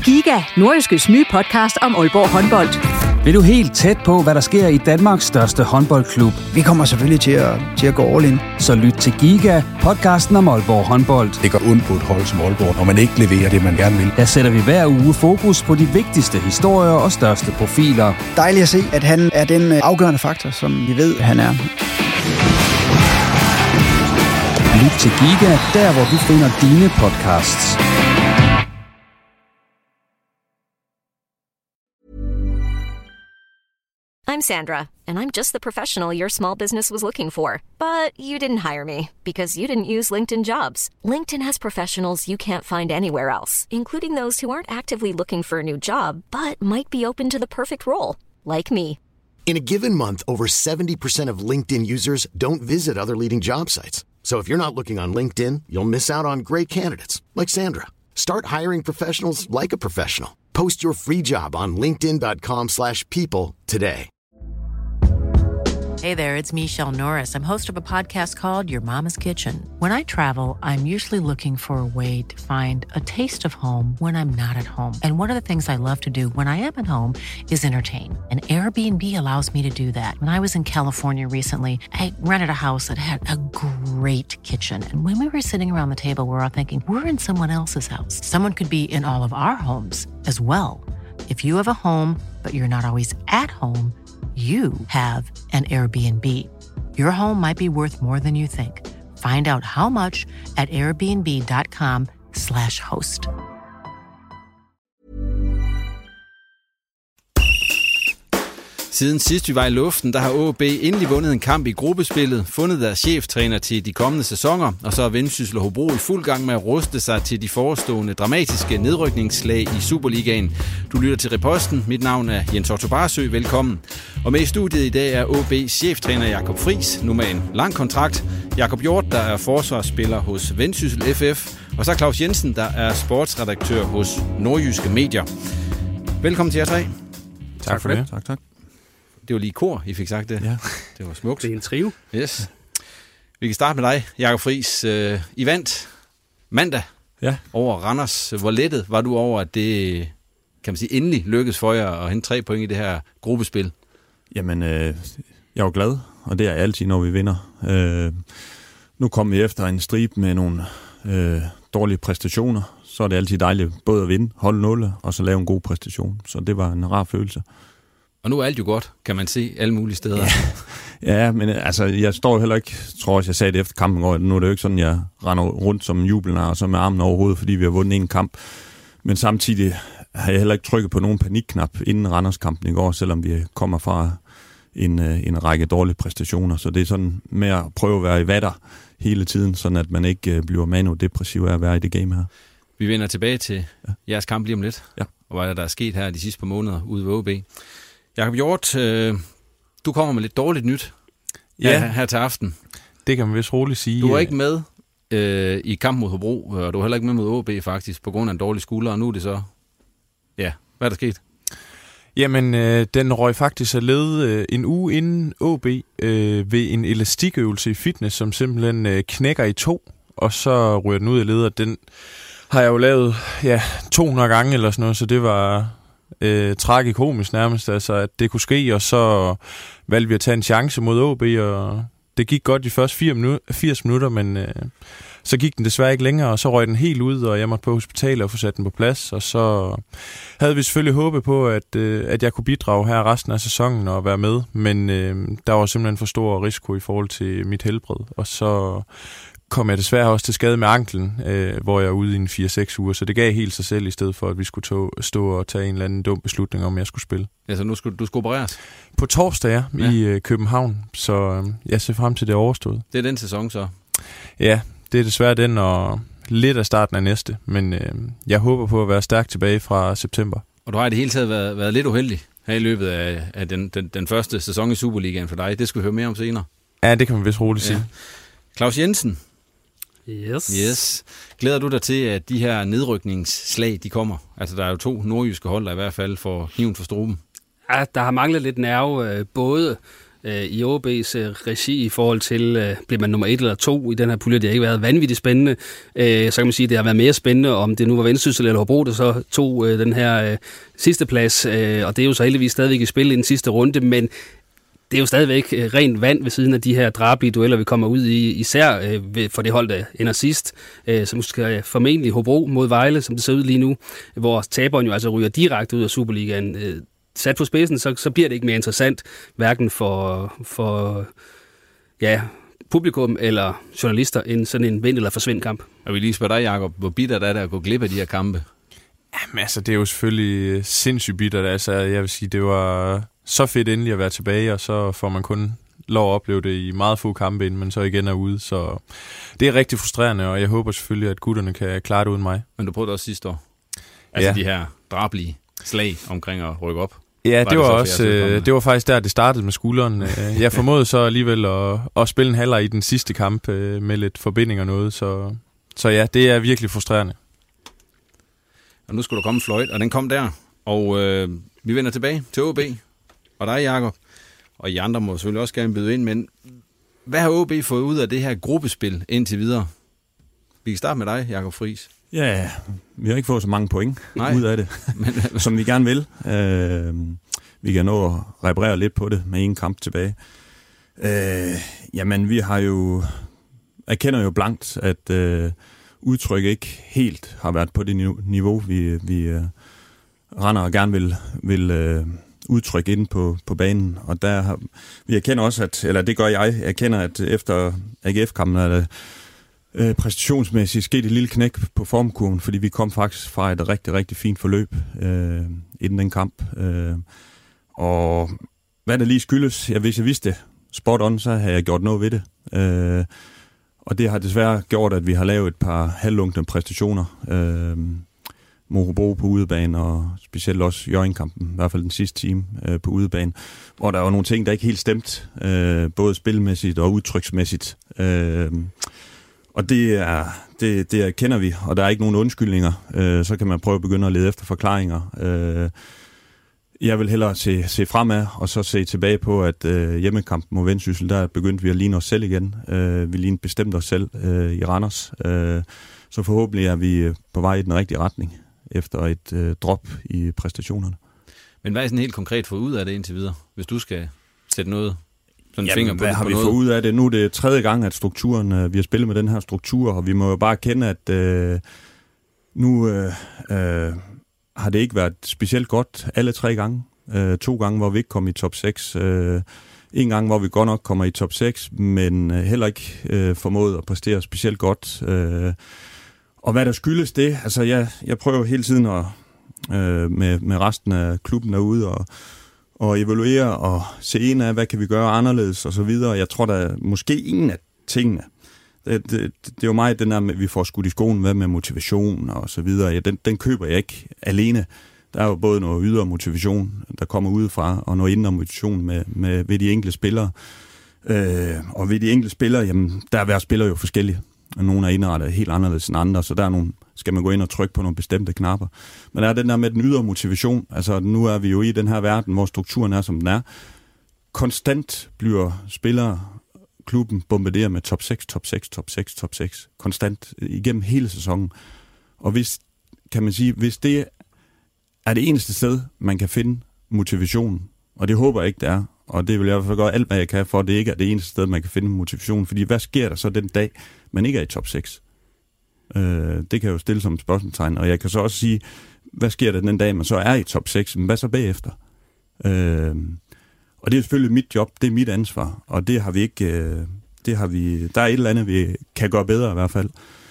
Giga, Nordjyskes nye podcast om Aalborg håndbold. Vil du helt tæt på, hvad der sker i Danmarks største håndboldklub? Vi kommer selvfølgelig til at gå all in. Så lyt til Giga, podcasten om Aalborg håndbold. Det går ondt på et hold som Aalborg, når man ikke leverer det, man gerne vil. Der sætter vi hver uge fokus på de vigtigste historier og største profiler. Dejligt at se, at han er den afgørende faktor, som vi ved, han er. Lyt til Giga, der hvor du finder dine podcasts. I'm Sandra, and I'm just the professional your small business was looking for. But you didn't hire me because you didn't use LinkedIn Jobs. LinkedIn has professionals you can't find anywhere else, including those who aren't actively looking for a new job, but might be open to the perfect role, like me. In a given month, over 70% of LinkedIn users don't visit other leading job sites. So if you're not looking on LinkedIn, you'll miss out on great candidates like Sandra. Start hiring professionals like a professional. Post your free job on linkedin.com/people today. Hey there, it's Michelle Norris. I'm host of a podcast called Your Mama's Kitchen. When I travel, I'm usually looking for a way to find a taste of home when I'm not at home. And one of the things I love to do when I am at home is entertain. And Airbnb allows me to do that. When I was in California recently, I rented a house that had a great kitchen. And when we were sitting around the table, we were all thinking, we're in someone else's house. Someone could be in all of our homes as well. If you have a home, but you're not always at home, you have an Airbnb. Your home might be worth more than you think. Find out how much at airbnb.com/host. Siden sidst vi var i luften, der har AaB endelig vundet en kamp i gruppespillet, fundet deres cheftræner til de kommende sæsoner, og så er Vendsyssel og Hobro i fuld gang med at ruste sig til de forestående dramatiske nedrykningsslag i Superligaen. Du lytter til Riposten. Mit navn er Jens Otto Barsø. Velkommen. Og med i studiet i dag er AaB's cheftræner Jakob Friis, nu med en lang kontrakt. Jakob Hjort, der er forsvarsspiller hos Vendsyssel FF. Og så Claus Jensen, der er sportsredaktør hos Nordjyske Medier. Velkommen til jer tre. Tak for det. Tak. Det var lige kor, I fik sagt det. Ja. Det var smukt. Det er en trio. Yes. Vi kan starte med dig, Jakob Friis. I vandt mandag over Randers. Hvor lettet var du over, at det, kan man sige, endelig lykkedes for jer at hente 3 point i det her gruppespil? Jamen, jeg var glad, og det er jeg altid, når vi vinder. Nu kom vi efter en stribe med nogle dårlige præstationer. Så er det altid dejligt både at vinde, holde 0 og så lave en god præstation. Så det var en rar følelse. Og nu er alt jo godt, kan man se alle mulige steder. Ja, men altså, jeg står heller ikke, tror jeg sagde det efter kampen, og nu er det jo ikke sådan, jeg render rundt som jubelnar og så med armen over hovedet, fordi vi har vundet en kamp. Men samtidig har jeg heller ikke trykket på nogen panikknap inden Randers-kampen i går, selvom vi kommer fra en række dårlige præstationer. Så det er sådan med at prøve at være i vatter hele tiden, sådan at man ikke bliver manodepressiv af at være i det game her. Vi vender tilbage til jeres kamp lige om lidt, og hvad der er sket her de sidste par måneder ude ved AaB. Jakob Hjort, du kommer med lidt dårligt nyt her til aften. Det kan man vist roligt sige. Du var ikke med i kampen mod Hobro, og du var heller ikke med mod AaB faktisk, på grund af en dårlig skulder, og nu er det så... Ja, hvad er der sket? Jamen, den røg faktisk af led en uge inden AaB ved en elastikøvelse i fitness, som simpelthen knækker i 2, og så ryger den ud af led, og den har jeg jo lavet 200 gange eller sådan noget, så det var... tragikomisk nærmest, altså at det kunne ske, og så valgte vi at tage en chance mod AaB, og det gik godt de første 80 minutter, men så gik den desværre ikke længere, og så røg den helt ud, og jeg måtte på hospitalet og få sat den på plads, og så havde vi selvfølgelig håbet på, at jeg kunne bidrage her resten af sæsonen og være med, men der var simpelthen for stor risiko i forhold til mit helbred, og så kom jeg desværre også til skade med anklen, hvor jeg er ude i en 4-6 uger, så det gav helt sig selv i stedet for, at vi skulle stå og tage en eller anden dum beslutning om, jeg skulle spille. Altså nu skulle du opereres? På torsdag, i København, så jeg ser frem til det overstået. Det er den sæson så? Ja, det er desværre den, og lidt af starten af næste, men jeg håber på at være stærk tilbage fra september. Og du har i det hele taget været lidt uheldig her i løbet af den første sæson i Superligaen for dig. Det skal vi høre mere om senere. Ja, det kan man vist roligt sige. Claus Jensen. Yes. Glæder du dig til, at de her nedrykningsslag, de kommer? Altså, der er jo 2 nordjyske hold, der i hvert fald får kniven for struben. Ja, der har manglet lidt nerve, både i OB's regi i forhold til, bliver man nummer 1 eller 2 i den her pulje. Det har ikke været vanvittigt spændende. Så kan man sige, at det har været mere spændende, om det nu var Vendsyssel eller Hobro, der så tog den her sidste plads. Og det er jo så heldigvis stadigvæk i spil i den sidste runde, men det er jo stadigvæk rent vand ved siden af de her drabelige dueller, vi kommer ud i, især for det hold, der ender sidst, som skal formentlig Hobro mod Vejle, som det ser ud lige nu, hvor taberen jo altså ryger direkte ud af Superligaen. Sat på spidsen, så bliver det ikke mere interessant, hverken for publikum eller journalister, end sådan en vind- eller forsvind-kamp. Og vi lige spørger dig, Jacob, hvor bittert er det at gå glip af de her kampe? Jamen altså, det er jo selvfølgelig sindssygt bittert. Altså, jeg vil sige, det var så fedt endelig at være tilbage, og så får man kun lov at opleve det i meget få kampe, inden man så igen er ude. Så det er rigtig frustrerende, og jeg håber selvfølgelig, at gutterne kan klare det uden mig. Men du prøvede også sidste år? Altså de her drabelige slag omkring at rykke op? Ja, det var faktisk der, det startede med skulderen. Jeg formåede så alligevel at spille en halvleg i den sidste kamp med lidt forbinding og noget, så ja, det er virkelig frustrerende. Og nu skulle der komme fløjt, og den kom der, og vi vender tilbage til OB, og dig, Jacob, og I andre må selvfølgelig også gerne byde ind, men hvad har OB fået ud af det her gruppespil indtil videre? Vi kan starte med dig, Jacob Friis. Ja, vi har ikke fået så mange point ud af det, som vi gerne vil. Vi kan nå at reparere lidt på det med en kamp tilbage. Jamen, vi har jo erkender jo blankt, at udtryk ikke helt har været på det niveau, vi render og gerne vil udtryk inde på banen. Og der har, vi erkender også, eller det gør jeg, erkender, at efter AGF-kampen er det præstationsmæssigt sket et lille knæk på formkurven, fordi vi kom faktisk fra et rigtig, rigtig fint forløb inden den kamp. Og hvad der lige skyldes, hvis jeg vidste det spot on, så har jeg gjort noget ved det. Og det har desværre gjort, at vi har lavet et par halvlunkne præstationer. Hobro på udebane, og specielt også Hjørring-kampen, i hvert fald den sidste time på udebane, hvor der var nogle ting, der ikke helt stemt, både spilmæssigt og udtryksmæssigt. Og det kender vi, og der er ikke nogen undskyldninger. Så kan man prøve at begynde at lede efter forklaringer. Jeg vil hellere se fremad, og så se tilbage på, at hjemmekampen mod Vendsyssel, der begyndte vi at ligne os selv igen. Vi lignede bestemt os selv i Randers. Så forhåbentlig er vi på vej i den rigtige retning, efter et drop i præstationerne. Men hvad er sådan helt konkret fået ud af det indtil videre, hvis du skal sætte noget finger på? Hvad har vi fået ud af det? Nu er det 3. gang, at strukturen, vi har spillet med den her struktur, og vi må jo bare kende, at nu har det ikke været specielt godt alle 3 gange. 2 gange, hvor vi ikke kom i top 6. 1 gang, hvor vi godt nok kommer i top 6, men heller ikke formået at præstere specielt godt. Og hvad der skyldes det, altså jeg prøver hele tiden at, med resten af klubben derude og evaluere og se en af, hvad kan vi gøre anderledes og så videre. Jeg tror, der er måske en af tingene. Det er jo meget den der med, at vi får skudt i skoen med motivation og så videre. Ja, den køber jeg ikke alene. Der er jo både noget ydre motivation, der kommer udefra, og noget indre motivation ved de enkelte spillere. Og ved de enkelte spillere, jamen, der er hver spiller jo forskellige. Nogle er indrettet helt anderledes end andre, så der er nogle, skal man gå ind og trykke på nogle bestemte knapper. Men der er den der med den ydre motivation. Altså, nu er vi jo i den her verden, hvor strukturen er, som den er. Konstant bliver spillere, klubben bombarderet med top 6, top 6, top 6, top 6. Konstant igennem hele sæsonen. Og hvis det er det eneste sted, man kan finde motivation, og det håber jeg ikke, det er, og det vil jeg i hvert fald gøre alt, hvad jeg kan, for at det ikke er det eneste sted, man kan finde motivation. Fordi hvad sker der så den dag, man ikke er i top 6? Det kan jo stille som et spørgsmålstegn, og jeg kan så også sige, hvad sker der den dag, man så er i top 6? Men hvad så bagefter? Og det er selvfølgelig mit job, det er mit ansvar, og det har vi ikke, der er et eller andet, vi kan gøre bedre i hvert fald.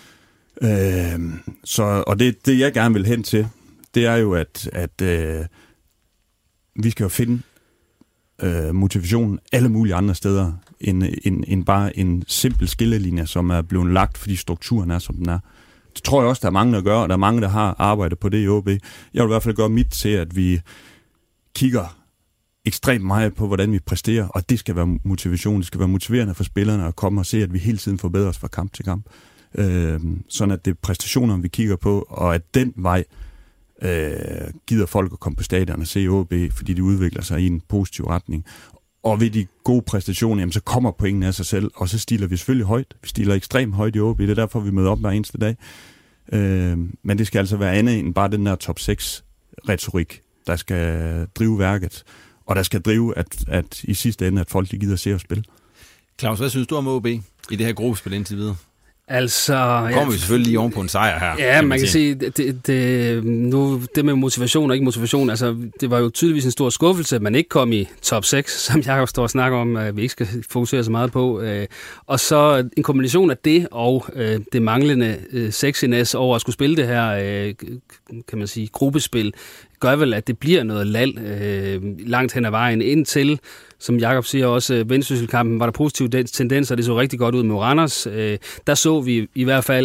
Og det jeg gerne vil hen til, det er jo, at vi skal jo finde motivationen alle mulige andre steder, end bare en simpel skillelinje, som er blevet lagt, fordi strukturen er, som den er. Det tror jeg også, der er mange, der gør, og der er mange, der har arbejdet på det i OB. Jeg vil i hvert fald gøre mit til, at vi kigger ekstremt meget på, hvordan vi præsterer, og det skal være motivation. Det skal være motiverende for spillerne at komme og se, at vi hele tiden forbedrer os fra kamp til kamp. Sådan at det er præstationer, vi kigger på, og at den vej gider folk at komme på stadion og se OB, fordi de udvikler sig i en positiv retning. Og ved de gode præstationer, jamen, så kommer pointene af sig selv, og så stiler vi selvfølgelig højt. Vi stiler ekstremt højt i OB, det er derfor, vi møder op hver eneste dag. Men det skal altså være andet end bare den der top 6-retorik, der skal drive værket, og der skal drive, at i sidste ende, at folk de gider se os spille. Claus, hvad synes du om OB i det her gruppespil indtil videre? Altså, kommer vi selvfølgelig lige oven på en sejr her. Ja, man kan sige, nu det med motivation og ikke motivation, altså det var jo tydeligvis en stor skuffelse, at man ikke kom i top 6, som Jakob står og snakker om, at vi ikke skal fokusere så meget på. Og så en kombination af det og det manglende sexiness over at skulle spille det her, kan man sige, gruppespil, gør vel, at det bliver noget lal langt hen ad vejen indtil, som Jakob siger også, Vendsyssel-kampen var der positive tendenser, det så rigtig godt ud med Randers. Der så vi i hvert fald,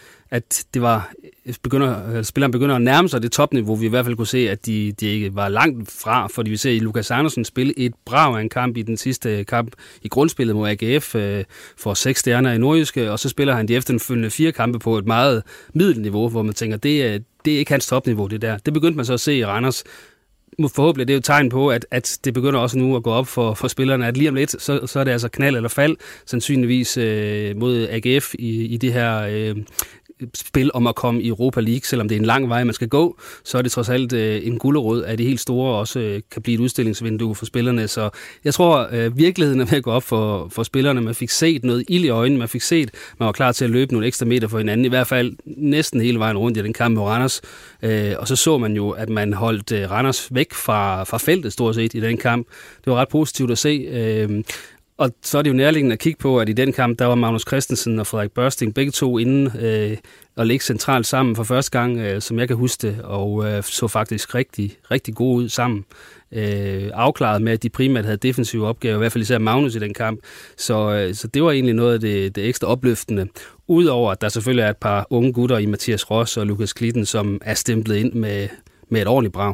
at det var spilleren begynder at nærme sig det topniveau, vi i hvert fald kunne se, at de ikke var langt fra, fordi vi ser i Lukas Andersen spille et brav af en kamp i den sidste kamp i grundspillet mod AGF for 6 stjerner i Nordjyske, og så spiller han de efterfølgende 4 kampe på et meget middelniveau, hvor man tænker, det er ikke hans topniveau, det der. Det begyndte man så at se i Randers. Forhåbentlig det er jo et tegn på, at det begynder også nu at gå op for spillerne, at lige om lidt, så er det altså knald eller fald, sandsynligvis mod AGF i det her spil om at komme i Europa League, selvom det er en lang vej, man skal gå, så er det trods alt en gulerod af de helt store, også kan blive et udstillingsvindue for spillerne. Så jeg tror, virkeligheden er ved at gå op for spillerne. Man fik set noget ild i øjnene, man fik set, man var klar til at løbe nogle ekstra meter for hinanden, i hvert fald næsten hele vejen rundt i den kamp med Randers. Og så man jo, at man holdt Randers væk fra feltet stort set i den kamp. Det var ret positivt at se. Og så er det jo nærliggende at kigge på, at i den kamp, der var Magnus Christensen og Frederik Børsting begge to inde og ligge centralt sammen for første gang, som jeg kan huske det, og så faktisk rigtig, rigtig gode ud sammen. Afklaret med, at de primært havde defensive opgaver, i hvert fald især Magnus i den kamp. Så det var egentlig noget af det ekstra opløftende. Udover at der selvfølgelig er et par unge gutter i Mathias Ross og Lukas Klitten, som er stemplet ind med et ordentligt brag.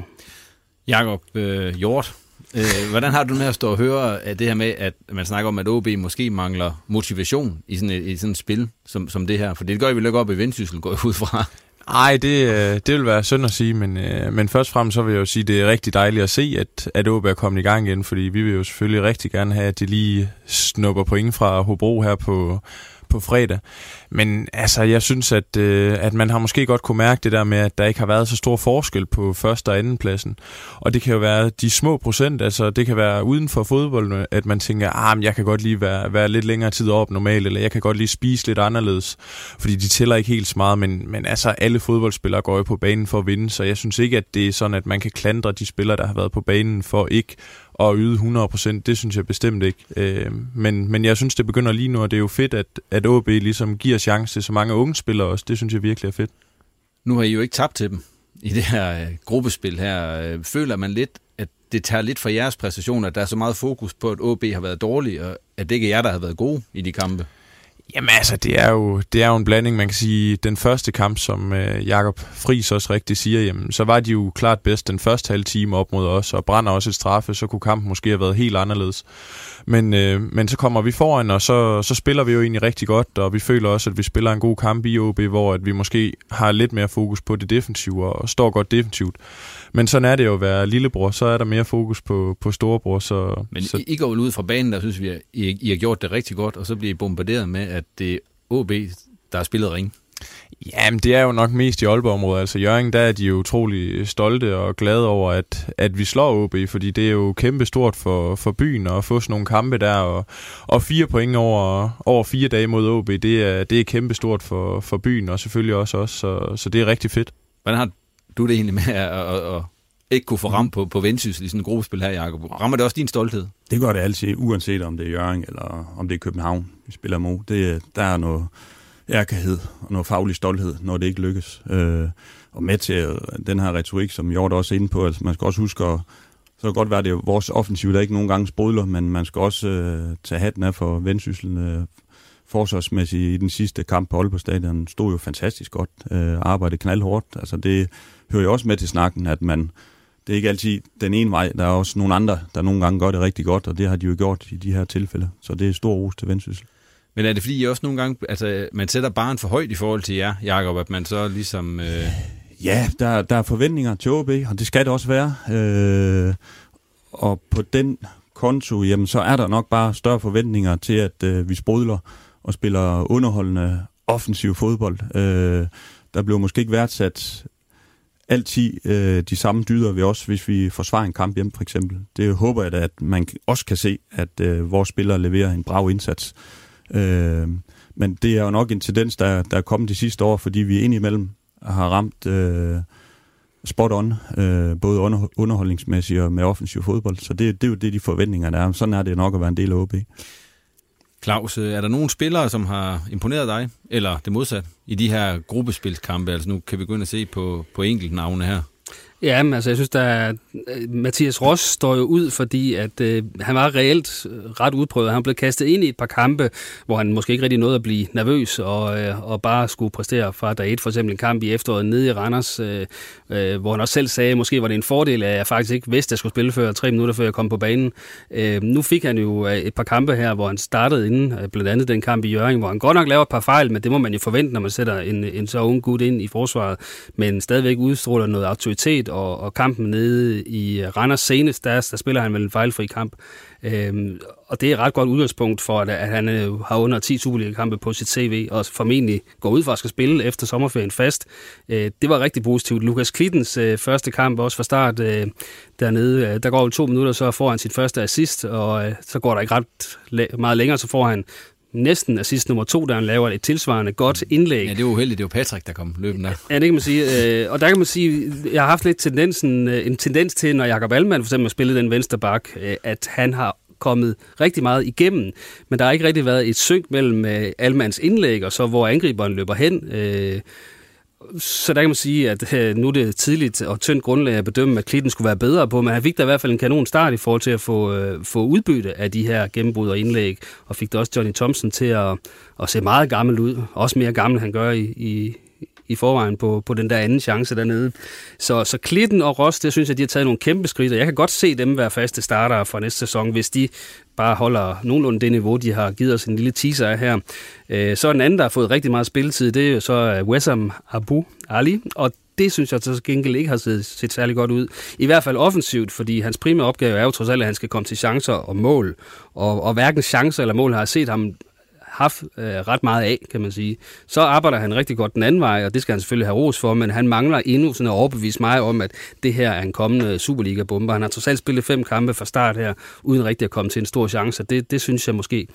Jakob Hjort, hvordan har du med at stå og høre af det her med, at man snakker om, at OB måske mangler motivation i sådan et spil som det her? For det gør I vel ikke op i Vendsyssel, går jeg ud fra. Nej, det vil være synd at sige, men først og fremmest så vil jeg jo sige, at det er rigtig dejligt at se, at OB er kommet i gang igen, fordi vi vil jo selvfølgelig rigtig gerne have, at de lige snupper point fra Hobro her på fredag. Men altså, jeg synes, at man har måske godt kunne mærke det der med, at der ikke har været så stor forskel på første og anden pladsen. Og det kan jo være de små procent, altså det kan være uden for fodbolden, at man tænker, jeg kan godt lige være lidt længere tid op normalt, eller jeg kan godt lige spise lidt anderledes, fordi de tæller ikke helt så meget, men altså alle fodboldspillere går jo på banen for at vinde, så jeg synes ikke, at det er sådan, at man kan klandre de spillere, der har været på banen for ikke at yde 100%, det synes jeg bestemt ikke. Men jeg synes, det begynder lige nu, og det er jo fedt, at OB ligesom giver chance til så mange unge spillere også. Det synes jeg virkelig er fedt. Nu har I jo ikke tabt til dem i det her gruppespil her. Føler man lidt, at det tager lidt fra jeres præstationer, at der er så meget fokus på, at OB har været dårlig, og at det ikke er jer, der har været gode i de kampe? Jamen altså, det er jo en blanding, man kan sige. Den første kamp, som Jakob Friis også rigtig siger, jamen, så var de jo klart bedst den første halve time op mod os, og brænder også et straffe, så kunne kampen måske have været helt anderledes. Men så kommer vi foran, og så spiller vi jo egentlig rigtig godt, og vi føler også, at vi spiller en god kamp i OB, hvor at vi måske har lidt mere fokus på det defensive, og står godt defensivt. Men sådan er det jo at være lillebror, så er der mere fokus på storebror. Men I går vel ud fra banen, der synes vi, at I har gjort det rigtig godt, og så bliver I bombarderet med, at det er OB, der har spillet ring. Jamen, det er jo nok mest i Aalborg-området. Altså Hjørring, der er de jo utrolig stolte og glade over, at vi slår OB, fordi det er jo kæmpe stort for byen at få sådan nogle kampe der, og 4 point over 4 dage mod OB, det er kæmpe stort for byen, og selvfølgelig også os, så det er rigtig fedt. Hvordan har du det egentlig med at ikke kunne få ramt på Vendsyssel i sådan et gruppespil her, Jakob? Rammer det også din stolthed? Det gør det altid, uanset om det er Hjørring eller om det er København, vi spiller mod. Der er noget ærkerhed og noget faglig stolthed, når det ikke lykkes. Og med til den her retorik, som Hjort også er inde på, altså man skal også huske, så kan godt være, det er vores offensiv, der ikke nogen gange sprudler, men man skal også tage hatten af for Vendsyssel. Forsvarsmæssigt i den sidste kamp på Aalborg Stadion stod jo fantastisk godt, arbejdede knaldhårdt. Altså det hører jo også med til snakken, at det er ikke altid den ene vej. Der er også nogle andre, der nogle gange gør det rigtig godt, og det har de jo gjort i de her tilfælde. Så det er stor ros til Vendsyssel. Men er det fordi I også nogle gange, altså man sætter barren for højt i forhold til jer, Jakob, at man så ligesom... Ja, der er forventninger til OB, og det skal det også være. Og på den konto, jamen så er der nok bare større forventninger til, at vi sprudler og spiller underholdende offensiv fodbold. Der bliver måske ikke værdsat altid de samme dyder ved os, hvis vi forsvarer en kamp hjem, for eksempel. Det håber jeg da, at man også kan se, at vores spillere leverer en brav indsats. Men det er jo nok en tendens, der er kommet de sidste år, fordi vi indimellem har ramt spot on, både underholdningsmæssigt og med offensiv fodbold. Så det er jo det, de forventninger der er. Sådan er det nok at være en del af OB. Claus, er der nogle spillere, som har imponeret dig, eller det modsat, i de her gruppespilskampe? Altså nu kan vi begynde at se på enkeltnavne her. Ja, men altså jeg synes, Mathias Ross står jo ud, fordi at han var reelt ret udprøvet. Han blev kastet ind i et par kampe, hvor han måske ikke rigtig nåede at blive nervøs og bare skulle præstere fra dag 1. For eksempel en kamp i efteråret nede i Randers, hvor han også selv sagde, måske var det en fordel, at jeg faktisk ikke vidste, at jeg skulle spille før 3 minutter, før jeg kom på banen. Nu fik han jo et par kampe her, hvor han startede inden, blandt andet den kamp i Hjørring, hvor han godt nok laver et par fejl, men det må man jo forvente, når man sætter en så ung gut ind i forsvaret, men stadigvæk udstråler noget autoritet, og kampen nede i Randers senest, der spiller han vel en fejlfri kamp. Og det er et ret godt udgangspunkt for, at han har under 10 Superliga-kampe på sit CV, og formentlig går ud for at skal spille efter sommerferien fast. Det var rigtig positivt. Lukas Klittens første kamp også fra start dernede, der går jo 2 minutter, så får han sit første assist, og så går der ikke ret meget længere, så får han næsten assist nummer 2, der han laver et tilsvarende godt indlæg. Ja, det er uheldigt. Det var Patrick, der kom løbende. Ja, det kan man sige. Og der kan man sige, jeg har haft lidt en tendens til, når Jakob Allmann for eksempel har spillet den venstre bak, at han har kommet rigtig meget igennem, men der har ikke rigtig været et synk mellem Allmanns indlæg, og så hvor angriberen løber hen. Så der kan man sige, at nu er det tidligt og tyndt grundlag at bedømme, at Klitten skulle være bedre på, men han fik da i hvert fald en kanon start i forhold til at få udbytte af de her gennembrud og indlæg, og fik da også Johnny Thompson til at se meget gammel ud, også mere gammel han gør i forvejen på den der anden chance dernede. Så Klitten og Ross, det synes jeg, de har taget nogle kæmpe skridt, og jeg kan godt se dem være faste startere for næste sæson, hvis de bare holder nogenlunde det niveau, de har givet os en lille teaser af her. Så den anden, der har fået rigtig meget spilletid, det er jo så Wessam Abu Ali, og det synes jeg så gengæld ikke har set særlig godt ud. I hvert fald offensivt, fordi hans primære opgave er jo trods alt, at han skal komme til chancer og mål, og hverken chancer eller mål har jeg set ham haft ret meget af, kan man sige. Så arbejder han rigtig godt den anden vej, og det skal han selvfølgelig have ros for, men han mangler endnu sådan at overbevise mig om, at det her er en kommende Superliga-bomber. Han har trods alt spillet 5 kampe fra start her, uden rigtig at komme til en stor chance. Det synes jeg måske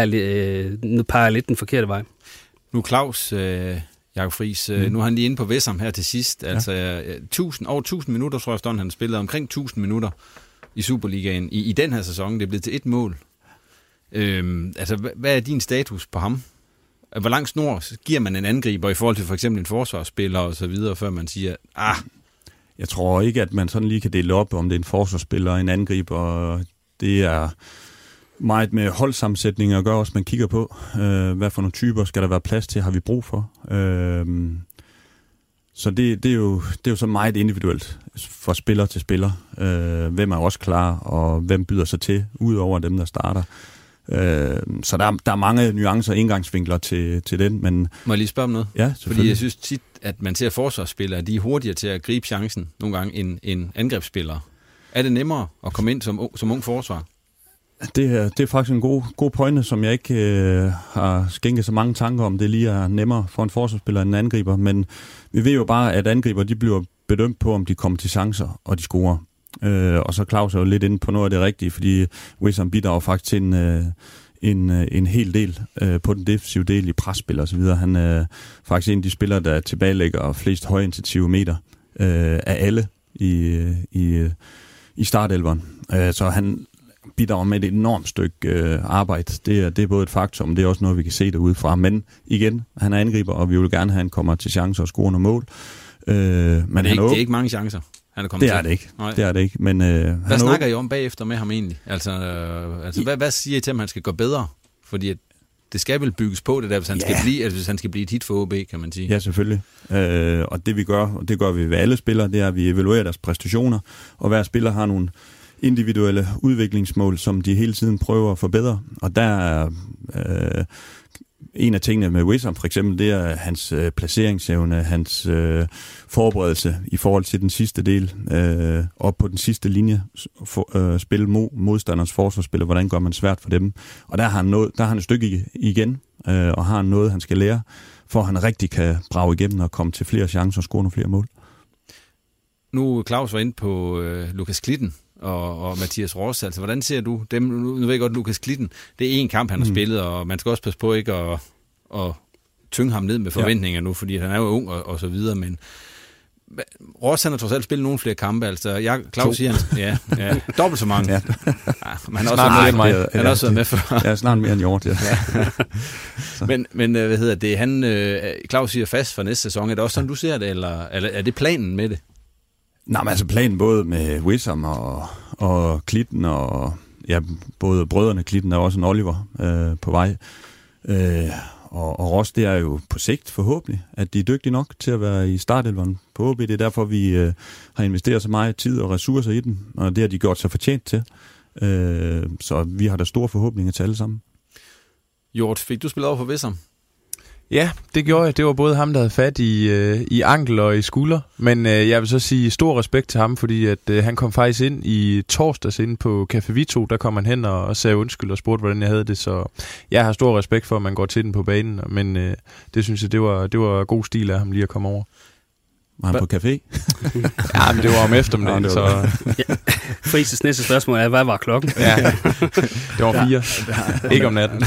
peger lidt den forkerte vej. Nu Claus, Jakob Friis, nu er han lige inde på Wessam her til sidst. Altså over 1000 minutter, tror jeg, han har spillet omkring 1000 minutter i Superligaen i den her sæson. Det er blevet til 1 mål. Altså, hvad er din status på ham? Hvor lang snor giver man en angriber i forhold til for eksempel en forsvarsspiller og så videre, før man siger, Jeg tror ikke, at man sådan lige kan dele op, om det er en forsvarsspiller og en angriber. Det er meget med holdsammensætninger at gøre, også man kigger på. Hvad for nogle typer skal der være plads til, har vi brug for? Så det er jo så meget individuelt fra spiller til spiller. Hvem er også klar, og hvem byder sig til, ud over dem, der starter. Så der er mange nuancer og indgangsvinkler til den. Men må jeg lige spørge om noget? Ja, fordi jeg synes tit, at man ser forsvarsspillere, de er hurtigere til at gribe chancen nogle gange end angrebsspillere. Er det nemmere at komme ind som ung forsvar? Det er faktisk en god pointe, som jeg ikke har skænket så mange tanker om. Det lige er nemmere for en forsvarsspiller end en angriber. Men vi ved jo bare, at angriber de bliver bedømt på, om de kommer til chancer, og de scorer. Og så Claus er jo lidt inde på noget af det rigtige, fordi Wessam bidrager faktisk til en hel del på den defensive del i presspil og så videre. Han er faktisk en af de spillere, der tilbagelægger flest højintensive meter af alle i startelveren. Så han bidrager med et enormt stykke arbejde. Det er både et faktum, det er også noget, vi kan se derudefra. Men igen, han er angriber, og vi vil gerne have, at han kommer til chancer og scorer nogle mål. Men det er ikke mange chancer. Det er det ikke. Det er det ikke. Men, hvad snakker I om bagefter med ham egentlig? Altså hvad siger I til, at han skal gå bedre? Fordi det skal vel bygges på det der, hvis han skal blive et hit for OB, kan man sige. Ja, selvfølgelig. Og det vi gør, og det gør vi ved alle spillere, det er, at vi evaluerer deres præstationer, og hver spiller har nogle individuelle udviklingsmål, som de hele tiden prøver at forbedre. Og der en af tingene med Wissam for eksempel, det er hans placeringsevne, hans forberedelse i forhold til den sidste del, op på den sidste linje, spille modstanders forsvarsspiller, hvordan gør man svært for dem. Og der har han et stykke igen, og har noget, han skal lære, for at han rigtig kan brage igennem og komme til flere chancer og score nogle flere mål. Nu Claus var inde på Lukas Klitten og Mathias Ross. Altså, hvordan ser du dem? Nu ved jeg godt, Lukas Klitten, det er én kamp, han har spillet, og man skal også passe på ikke at tynge ham ned med forventninger nu, fordi han er jo ung og så videre, men Ross, han har trods alt spillet nogle flere kampe, altså Claus siger han, dobbelt så mange. Ja. Men han har også været med før. Ja, snart mere end Hjort, ja. Men hvad hedder det? Claus siger fast for næste sæson. Er det også sådan, du ser det, eller er det planen med det? Nej, men altså planen både med Wissam og Klitten, og både brødrene Klitten og også en Oliver på vej. Og Ross, det er jo på sigt forhåbentlig, at de er dygtige nok til at være i startelveren på OB. Det er derfor, vi har investeret så meget tid og ressourcer i dem, og det har de gjort sig fortjent til. Så vi har da store forhåbninger til alle sammen. Hjort, fik du spillet over for Wissam? Ja, det gjorde jeg. Det var både ham, der havde fat i ankel og i skulder. Men jeg vil så sige stor respekt til ham, fordi at han kom faktisk ind i torsdags inde på Café Vito. Der kom han hen og sagde undskyld og spurgte, hvordan jeg havde det. Så jeg har stor respekt for, at man går til den på banen. Men det synes jeg, det var god stil af ham lige at komme over. Var han på café? Ja, men det var om eftermiddagen. Frises næste spørgsmål er, hvad var klokken? Ja, det var 4. Ikke om natten.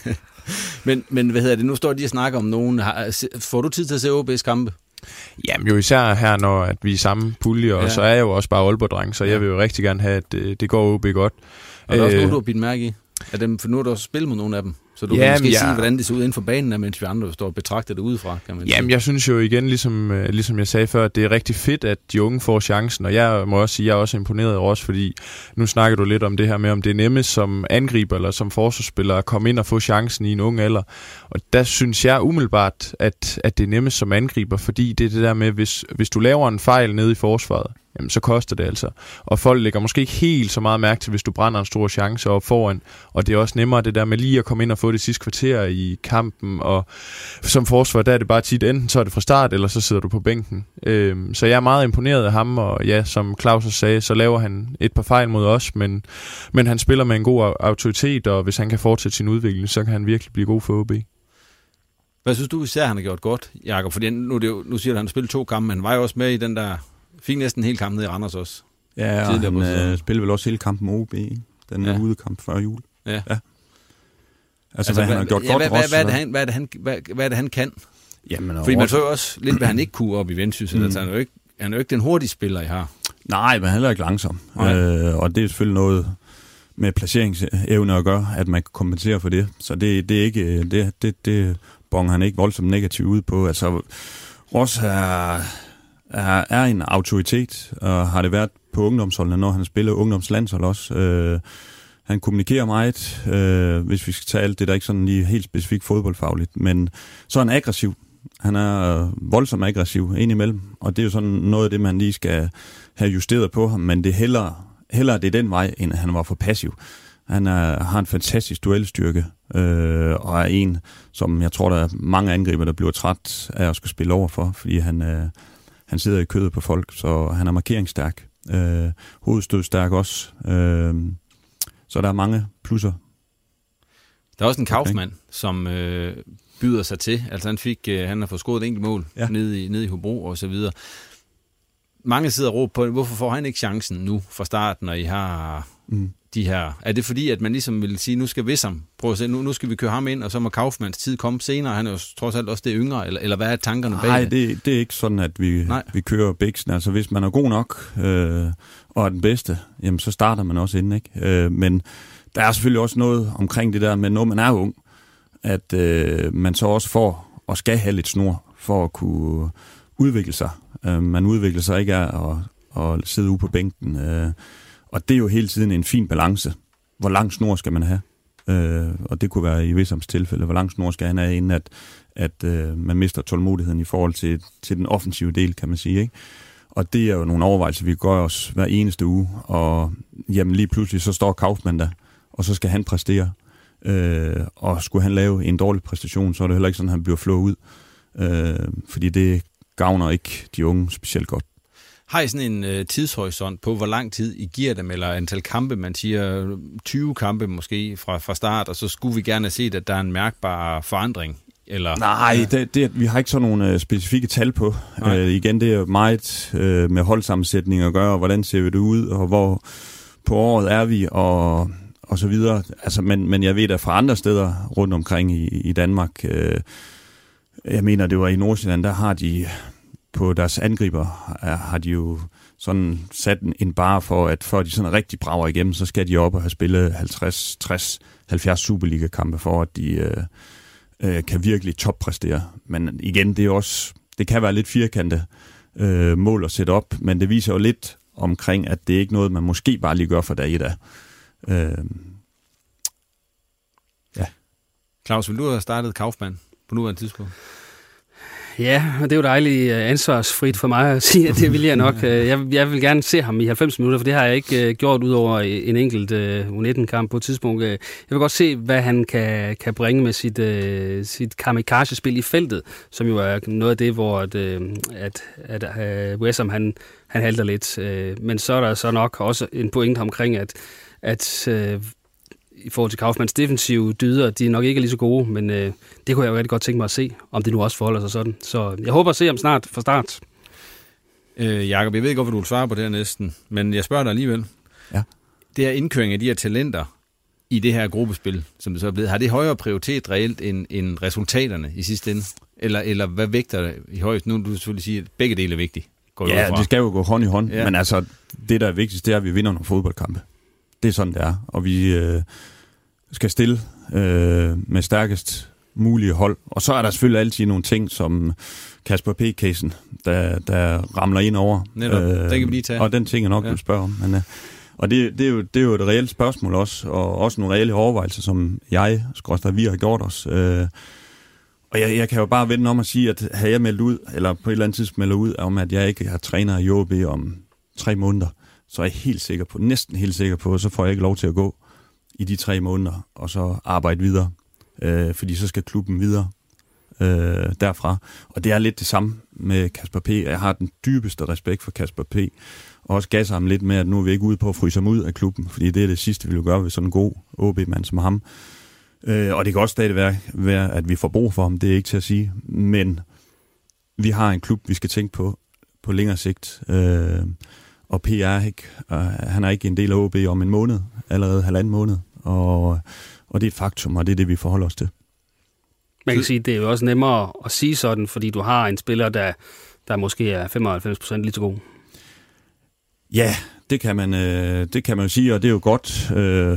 Men hvad hedder det? Nu står de og snakker om nogen. Får du tid til at se OB's kampe? Jamen jo især her, når at vi er i samme pulje, og så er jeg jo også bare Aalborg-dreng, så jeg vil jo rigtig gerne have, at det går OB godt. Og der er også nogen, du har bidt mærke i? For nu har du også spillet med nogle af dem. Så du kan måske sige, hvordan det ser ud inden for banen, mens vi andre står og betragter det udefra, kan man sige. Jamen, jeg synes jo igen, ligesom jeg sagde før, at det er rigtig fedt, at de unge får chancen, og jeg må også sige, at jeg er også imponeret over os, fordi nu snakker du lidt om det her med, om det er nemmest som angriber eller som forsvarsspiller at komme ind og få chancen i en ung alder. Og der synes jeg umiddelbart, at det er nemmest som angriber, fordi det er det der med, hvis du laver en fejl nede i forsvaret, jamen så koster det altså. Og folk lægger måske ikke helt så meget mærke til, hvis du brænder en stor chance op foran. Og det er også nemmere det der med lige at komme ind og få det sidste kvarter i kampen. Og som forsvar, der er det bare tit, enten så er det fra start, eller så sidder du på bænken. Så jeg er meget imponeret af ham, og ja, som Claus sagde, så laver han et par fejl mod os, men han spiller med en god autoritet, og hvis han kan fortsætte sin udvikling, så kan han virkelig blive god for OB. Hvad synes du især, han har gjort godt, Jakob? Fordi nu siger du, at han har spillet 2 kampe, men han var jo også med i den der... Fik næsten hele kampen ned i Randers også. Ja, og han spillede vel også hele kampen med OB, den udekamp før jul. Ja. Altså, han har gjort godt. Hvad er det, han kan? Jamen, fordi man så jo også lidt, hvad han ikke kunne op i Vendsyssel. Altså, han er jo ikke den hurtige spiller, I har. Nej, men han er heller ikke langsom. Og det er selvfølgelig noget med placeringsevne at gøre, at man kan kompensere for det. Så det er ikke... Det bonger han ikke voldsomt negativt ud på. Altså, Ross er en autoritet, og har det været på ungdomsholdene, når han spiller ungdomslandshold også. Han kommunikerer meget, hvis vi skal tage alt det, der ikke sådan lige helt specifikt fodboldfagligt, men så er han aggressiv. Han er voldsomt aggressiv indimellem, og det er jo sådan noget af det, man lige skal have justeret på ham, men det er hellere det den vej, end han var for passiv. Han har en fantastisk duelstyrke, og er en, som jeg tror, der er mange angriber, der bliver træt af at skulle spille over for, fordi han sidder i kødet på folk, så han er markeringsstærk. Hovedstødstærk også. Så der er mange plusser. Der er også en Kaufmann, som byder sig til. Altså han har fået scoret et enkelt mål nede i Hobro og så videre. Mange sidder og råber på, hvorfor får han ikke chancen nu fra starten, når I har de her... Er det fordi, at man ligesom vil sige, nu skal Wissam prøve at se, nu skal vi køre ham ind, og så må Kaufmanns tid komme senere? Han er jo trods alt også det yngre, eller hvad er tankerne bag? Nej, det er ikke sådan, at vi kører bæksen. Altså, hvis man er god nok og er den bedste, jamen, så starter man også inden, ikke? Men der er selvfølgelig også noget omkring det der med, når man er ung, at man så også får og skal have lidt snor for at kunne udvikle sig. Man udvikler sig ikke af at sidde ude på bænken. Og det er jo hele tiden en fin balance. Hvor lang snor skal man have? Og det kunne være i Wissams tilfælde. Hvor lang snor skal han have, inden at man mister tålmodigheden i forhold til den offensive del, kan man sige, ikke? Og det er jo nogle overvejelser, vi gør os hver eneste uge. Og jamen lige pludselig så står Kaufmann der, og så skal han præstere. Og skulle han lave en dårlig præstation, så er det heller ikke sådan, at han bliver flået ud. Fordi det gavner ikke de unge specielt godt. Har I sådan en tidshorisont på, hvor lang tid I giver dem, eller antal kampe, man siger 20 kampe måske fra start, og så skulle vi gerne have set, at der er en mærkbar forandring? Eller? Nej, vi har ikke sådan nogle specifikke tal på. Igen, det er meget med holdsammensætning at gøre, og hvordan ser vi det ud, og hvor på året er vi, og så videre. Altså, men jeg ved, at fra andre steder rundt omkring i Danmark, jeg mener, det var i Nordsjælland, der har de på deres angriber, har de jo sådan sat en barre for, at for de sådan rigtig brager igennem, så skal de op og have spillet 50, 60, 70 Superliga-kampe for, at de kan virkelig toppræstere. Men igen, det kan være lidt firkantet mål at sætte op, men det viser jo lidt omkring, at det er ikke noget, man måske bare lige gør for dag i dag. Ja. Claus, vil du have startet Kaufmann på nuværende tidspunkt? Ja, og det er jo dejligt ansvarsfrit for mig at sige, at det vil jeg nok. Jeg vil gerne se ham i 90 minutter, for det har jeg ikke gjort ud over en enkelt U19-kamp på et tidspunkt. Jeg vil godt se, hvad han kan bringe med sit kamikaze-spil i feltet, som jo er noget af det, hvor West Ham han halter lidt. Men så er der så nok også en pointe omkring, at i forhold til Kaufmanns defensive dyder, de nok ikke er lige så gode, men det kunne jeg jo rigtig godt tænke mig at se, om det nu også forholder sig sådan. Så jeg håber at se ham snart fra start. Jakob, jeg ved ikke, hvorfor du vil svare på det her næsten, men jeg spørger dig alligevel. Ja. Det her indkøring af de her talenter i det her gruppespil, som det så er blevet, har det højere prioritet reelt end resultaterne i sidste ende? Eller hvad vægter det i højst? Nu du selvfølgelig sige, at begge dele er vigtige. Ja, det skal jo gå hånd i hånd, men altså, det der er vigtigst, det er, at vi vinder nogle fodboldkampe. Det er sådan, det er. Og vi skal stille med stærkest mulige hold. Og så er der selvfølgelig altid nogle ting, som Kasper P-casen, der ramler ind over. Netop, den kan vi lige tage. Og den ting er nok, du spørger om. Men, og det er jo et reelt spørgsmål også, og også nogle reelle overvejelser, som vi har gjort os. Og jeg kan jo bare vende om at sige, at havde jeg meldt ud, eller på et eller andet tidspunkt meldt ud, om at jeg ikke har træner i OB om 3 måneder, så er jeg næsten helt sikker på, så får jeg ikke lov til at gå i de 3 måneder, og så arbejde videre. Fordi så skal klubben videre derfra. Og det er lidt det samme med Kasper P. Jeg har den dybeste respekt for Kasper P. Og også gasser ham lidt med, at nu er vi ikke ude på at fryse ham ud af klubben, fordi det er det sidste, vi vil gøre ved sådan en god OB-mand som ham. Og det kan også stadig være, at vi får brug for ham, det er ikke til at sige. Men vi har en klub, vi skal tænke på længere sigt. Og P er ikke, han er ikke en del af OB om en måned, allerede 1,5 måned. Og det er et faktum, og det er det, vi forholder os til. Man kan sige, det er jo også nemmere at sige sådan, fordi du har en spiller, der måske er 95% lige så god. Ja, det kan man jo sige, og det er jo godt.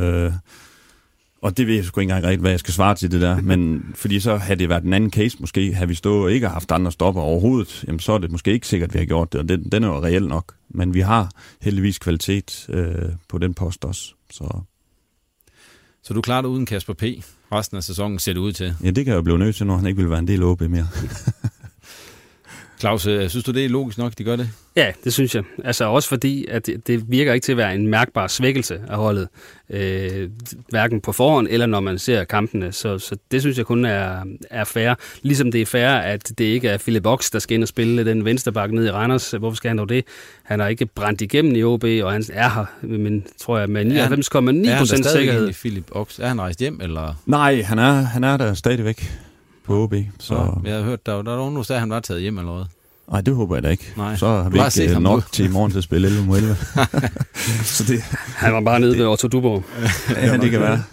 Og det ved jeg sgu ikke engang rigtigt, hvad jeg skal svare til det der. Men fordi så havde det været en anden case måske, havde vi stået og ikke haft andre stopper overhovedet, jamen så er det måske ikke sikkert, at vi har gjort det, og den er jo reelt nok. Men vi har heldigvis kvalitet på den post også. Så du klarer dig uden Kasper P. resten af sæsonen, ser det ud til? Ja, det kan jo blive nødt til, når han ikke vil være en del af OB mere. Claus, synes du, det er logisk nok, de gør det? Ja, det synes jeg. Altså også fordi, at det virker ikke til at være en mærkbar svækkelse af holdet. Hverken på forhånd, eller når man ser kampene. Så det synes jeg kun er fair. Ligesom det er fair, at det ikke er Philip Ox, der skal ind og spille den venstreback ned i Randers. Hvorfor skal han dog det? Han har ikke brændt igennem i OB, og han er her, men tror jeg, med 99,9% sikkerhed. Er han der stadig Philip Ox? Er han rejst hjem, eller? Nej, han er der stadigvæk på OB. Så. Jeg har hørt, der var nogen, der sagde, at han var taget hjem eller noget. Nej, det håber jeg da ikke. Nej. Så har vi ikke nok til i morgen til at spille 11 mod 11. Så det, han var bare nede ved Otto Duborg. Ja, det kan være.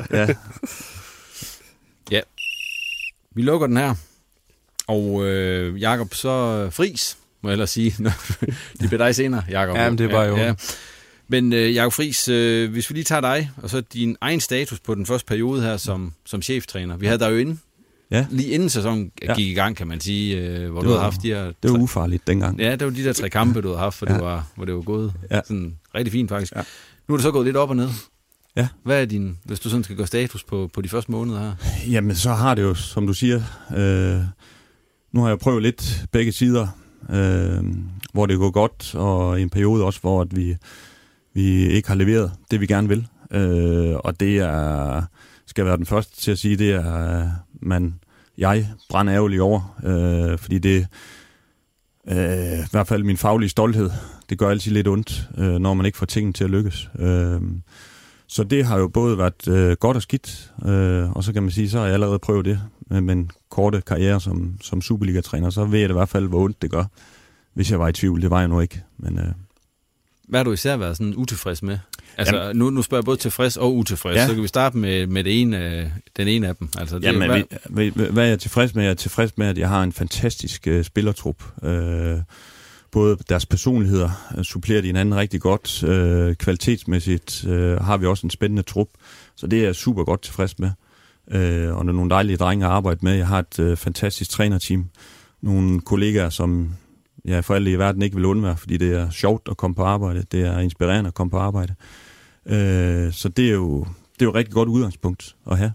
Ja. Vi lukker den her. Og Jakob, så Friis, må jeg ellers sige. Det bliver dig senere, Jakob. Jamen, det var jo... Ja. Men Jakob Friis, hvis vi lige tager dig, og så din egen status på den første periode her som cheftræner. Vi havde dig jo inde. Ja. Lige inden sæsonen gik i gang, kan man sige, hvor du havde haft de her... Det var ufarligt dengang. Ja, det var de der 3 kampe, du havde haft, hvor det var gået sådan rigtig fint faktisk. Ja. Nu er det så gået lidt op og ned. Ja. Hvad er hvis du sådan skal gå status på de første måneder her? Jamen, så har det jo, som du siger, nu har jeg prøvet lidt begge sider, hvor det går godt, og i en periode også, hvor at vi ikke har leveret det, vi gerne vil. Og det er skal være den første til at sige, det er, jeg brænder ærgerlig over, fordi det i hvert fald min faglige stolthed, det gør altid lidt ondt, når man ikke får tingene til at lykkes. Så det har jo både været godt og skidt, og så kan man sige, så har jeg allerede prøvet det med en korte karriere som Superliga-træner, så ved jeg det i hvert fald, hvor ondt det gør, hvis jeg var i tvivl. Det var jeg nu ikke. Men, hvad har du især været sådan utilfreds med? Altså, nu spørger jeg både tilfreds og utilfreds, så kan vi starte med den ene af dem. Altså, hvad er jeg tilfreds med? Jeg er tilfreds med, at jeg har en fantastisk spillertrup. Både deres personligheder supplerer de hinanden rigtig godt. Kvalitetsmæssigt har vi også en spændende trup, så det er jeg super godt tilfreds med. Og der er nogle dejlige drenge at arbejde med. Jeg har et fantastisk trænerteam. Nogle kollegaer, som jeg for alle i verden ikke vil undvære, fordi det er sjovt at komme på arbejde. Det er inspirerende at komme på arbejde. Så det er jo et rigtig godt udgangspunkt at have.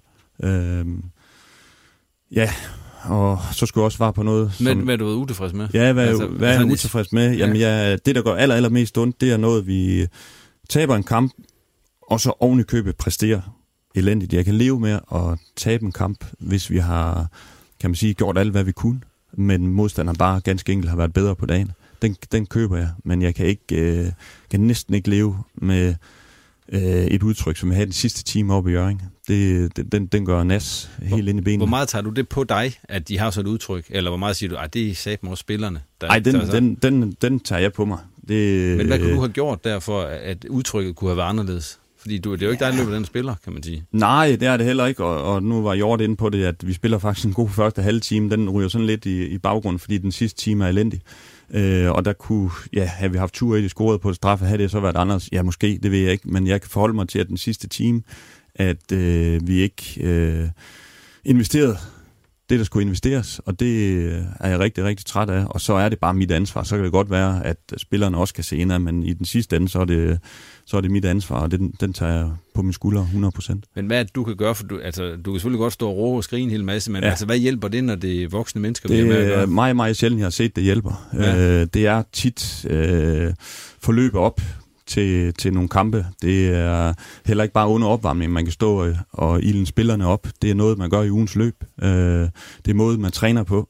Og så skulle jeg også svare på noget. Hvad er du utilfreds med? Ja, hvad er jeg utilfreds med? Jamen, det, der går allermest ondt, det er noget, vi taber en kamp, og så oven i købet præsterer elendigt. Jeg kan leve med at tabe en kamp, hvis vi har, kan man sige, gjort alt, hvad vi kunne, men modstanderen bare ganske enkelt har været bedre på dagen. Den køber jeg, men jeg kan næsten ikke leve med et udtryk, som jeg havde den sidste time oppe i Hjørring. Den gør nas helt ind i benene. Hvor meget tager du det på dig, at de har sådan et udtryk? Eller hvor meget siger du, det er satme også spillerne? Nej, den tager jeg på mig. Men hvad kunne du have gjort der, for at udtrykket kunne have været anderledes? Fordi det er jo ikke dig, der løber den spiller, kan man sige. Nej, det er det heller ikke, og nu var Hjort inde på det, at vi spiller faktisk en god første halve time. Den ryger sådan lidt i baggrunden, fordi den sidste time er elendig. Og der kunne, havde vi haft tur i det scoret på straffe, havde det så været anderledes? Ja, måske, det ved jeg ikke, men jeg kan forholde mig til, at den sidste time, at vi ikke investerede det, der skulle investeres, og det er jeg rigtig, rigtig træt af, og så er det bare mit ansvar. Så kan det godt være, at spillerne også kan se ind af, men i den sidste ende, så er det mit ansvar, og den tager jeg på mine skuldre 100%. Men hvad er det, du kan gøre? For du kan selvfølgelig godt stå og råbe og skrige en hel masse, men altså, hvad hjælper det, når det er voksne mennesker? Det er meget sjældent, jeg har set, det hjælper. Ja. Det er tit forløbet op til nogle kampe. Det er heller ikke bare under opvarmning, man kan stå og ilden spillerne op. Det er noget, man gør i ugens løb. Det er måde, man træner på.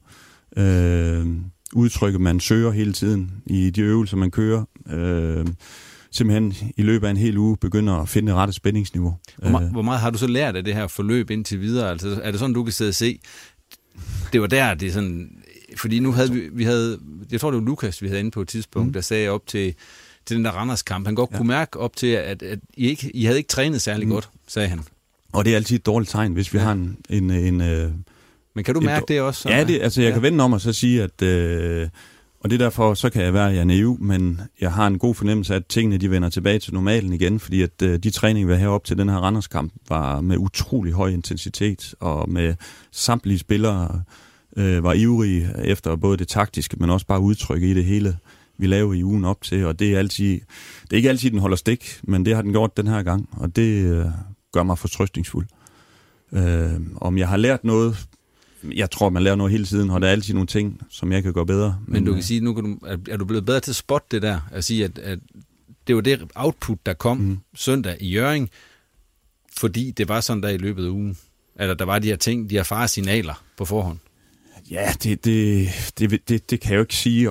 Udtrykket, man søger hele tiden i de øvelser, man kører. Simpelthen i løbet af en hel uge begynder at finde rette spændingsniveau. Hvor meget har du så lært af det her forløb indtil videre? Altså, er det sådan, du kan sidde og se? Det var der, det er sådan... Fordi nu havde vi havde... Jeg tror, det var Lukas, vi havde inde på et tidspunkt, der sagde op til den der Randers-kamp. Han godt kunne mærke op til, at I havde ikke trænet særlig godt, sagde han. Og det er altid et dårligt tegn, hvis vi har en men kan du mærke det også? Ja, jeg kan vende om og så sige, at... og det er derfor, så kan jeg være, at jeg er naiv, men jeg har en god fornemmelse af, at tingene de vender tilbage til normalen igen, fordi at de træninger, vi havde op til den her Randers-kamp, var med utrolig høj intensitet, og med samtlige spillere var ivrige efter både det taktiske, men også bare udtrykke i det hele, vi laver i ugen op til, og det er ikke altid, den holder stik, men det har den gjort den her gang, og det gør mig fortrøstningsfuld. Om jeg har lært noget... Jeg tror, man lærer noget hele tiden, og der er altid nogle ting, som jeg kan gøre bedre. Men du kan sige, nu er du blevet bedre til at spotte det der, at sige, at det var det output, der kom søndag i Hjørring, fordi det var sådan der i løbet af ugen. Eller der var de her ting, de her faresignaler på forhånd. Ja, det kan jeg jo ikke sige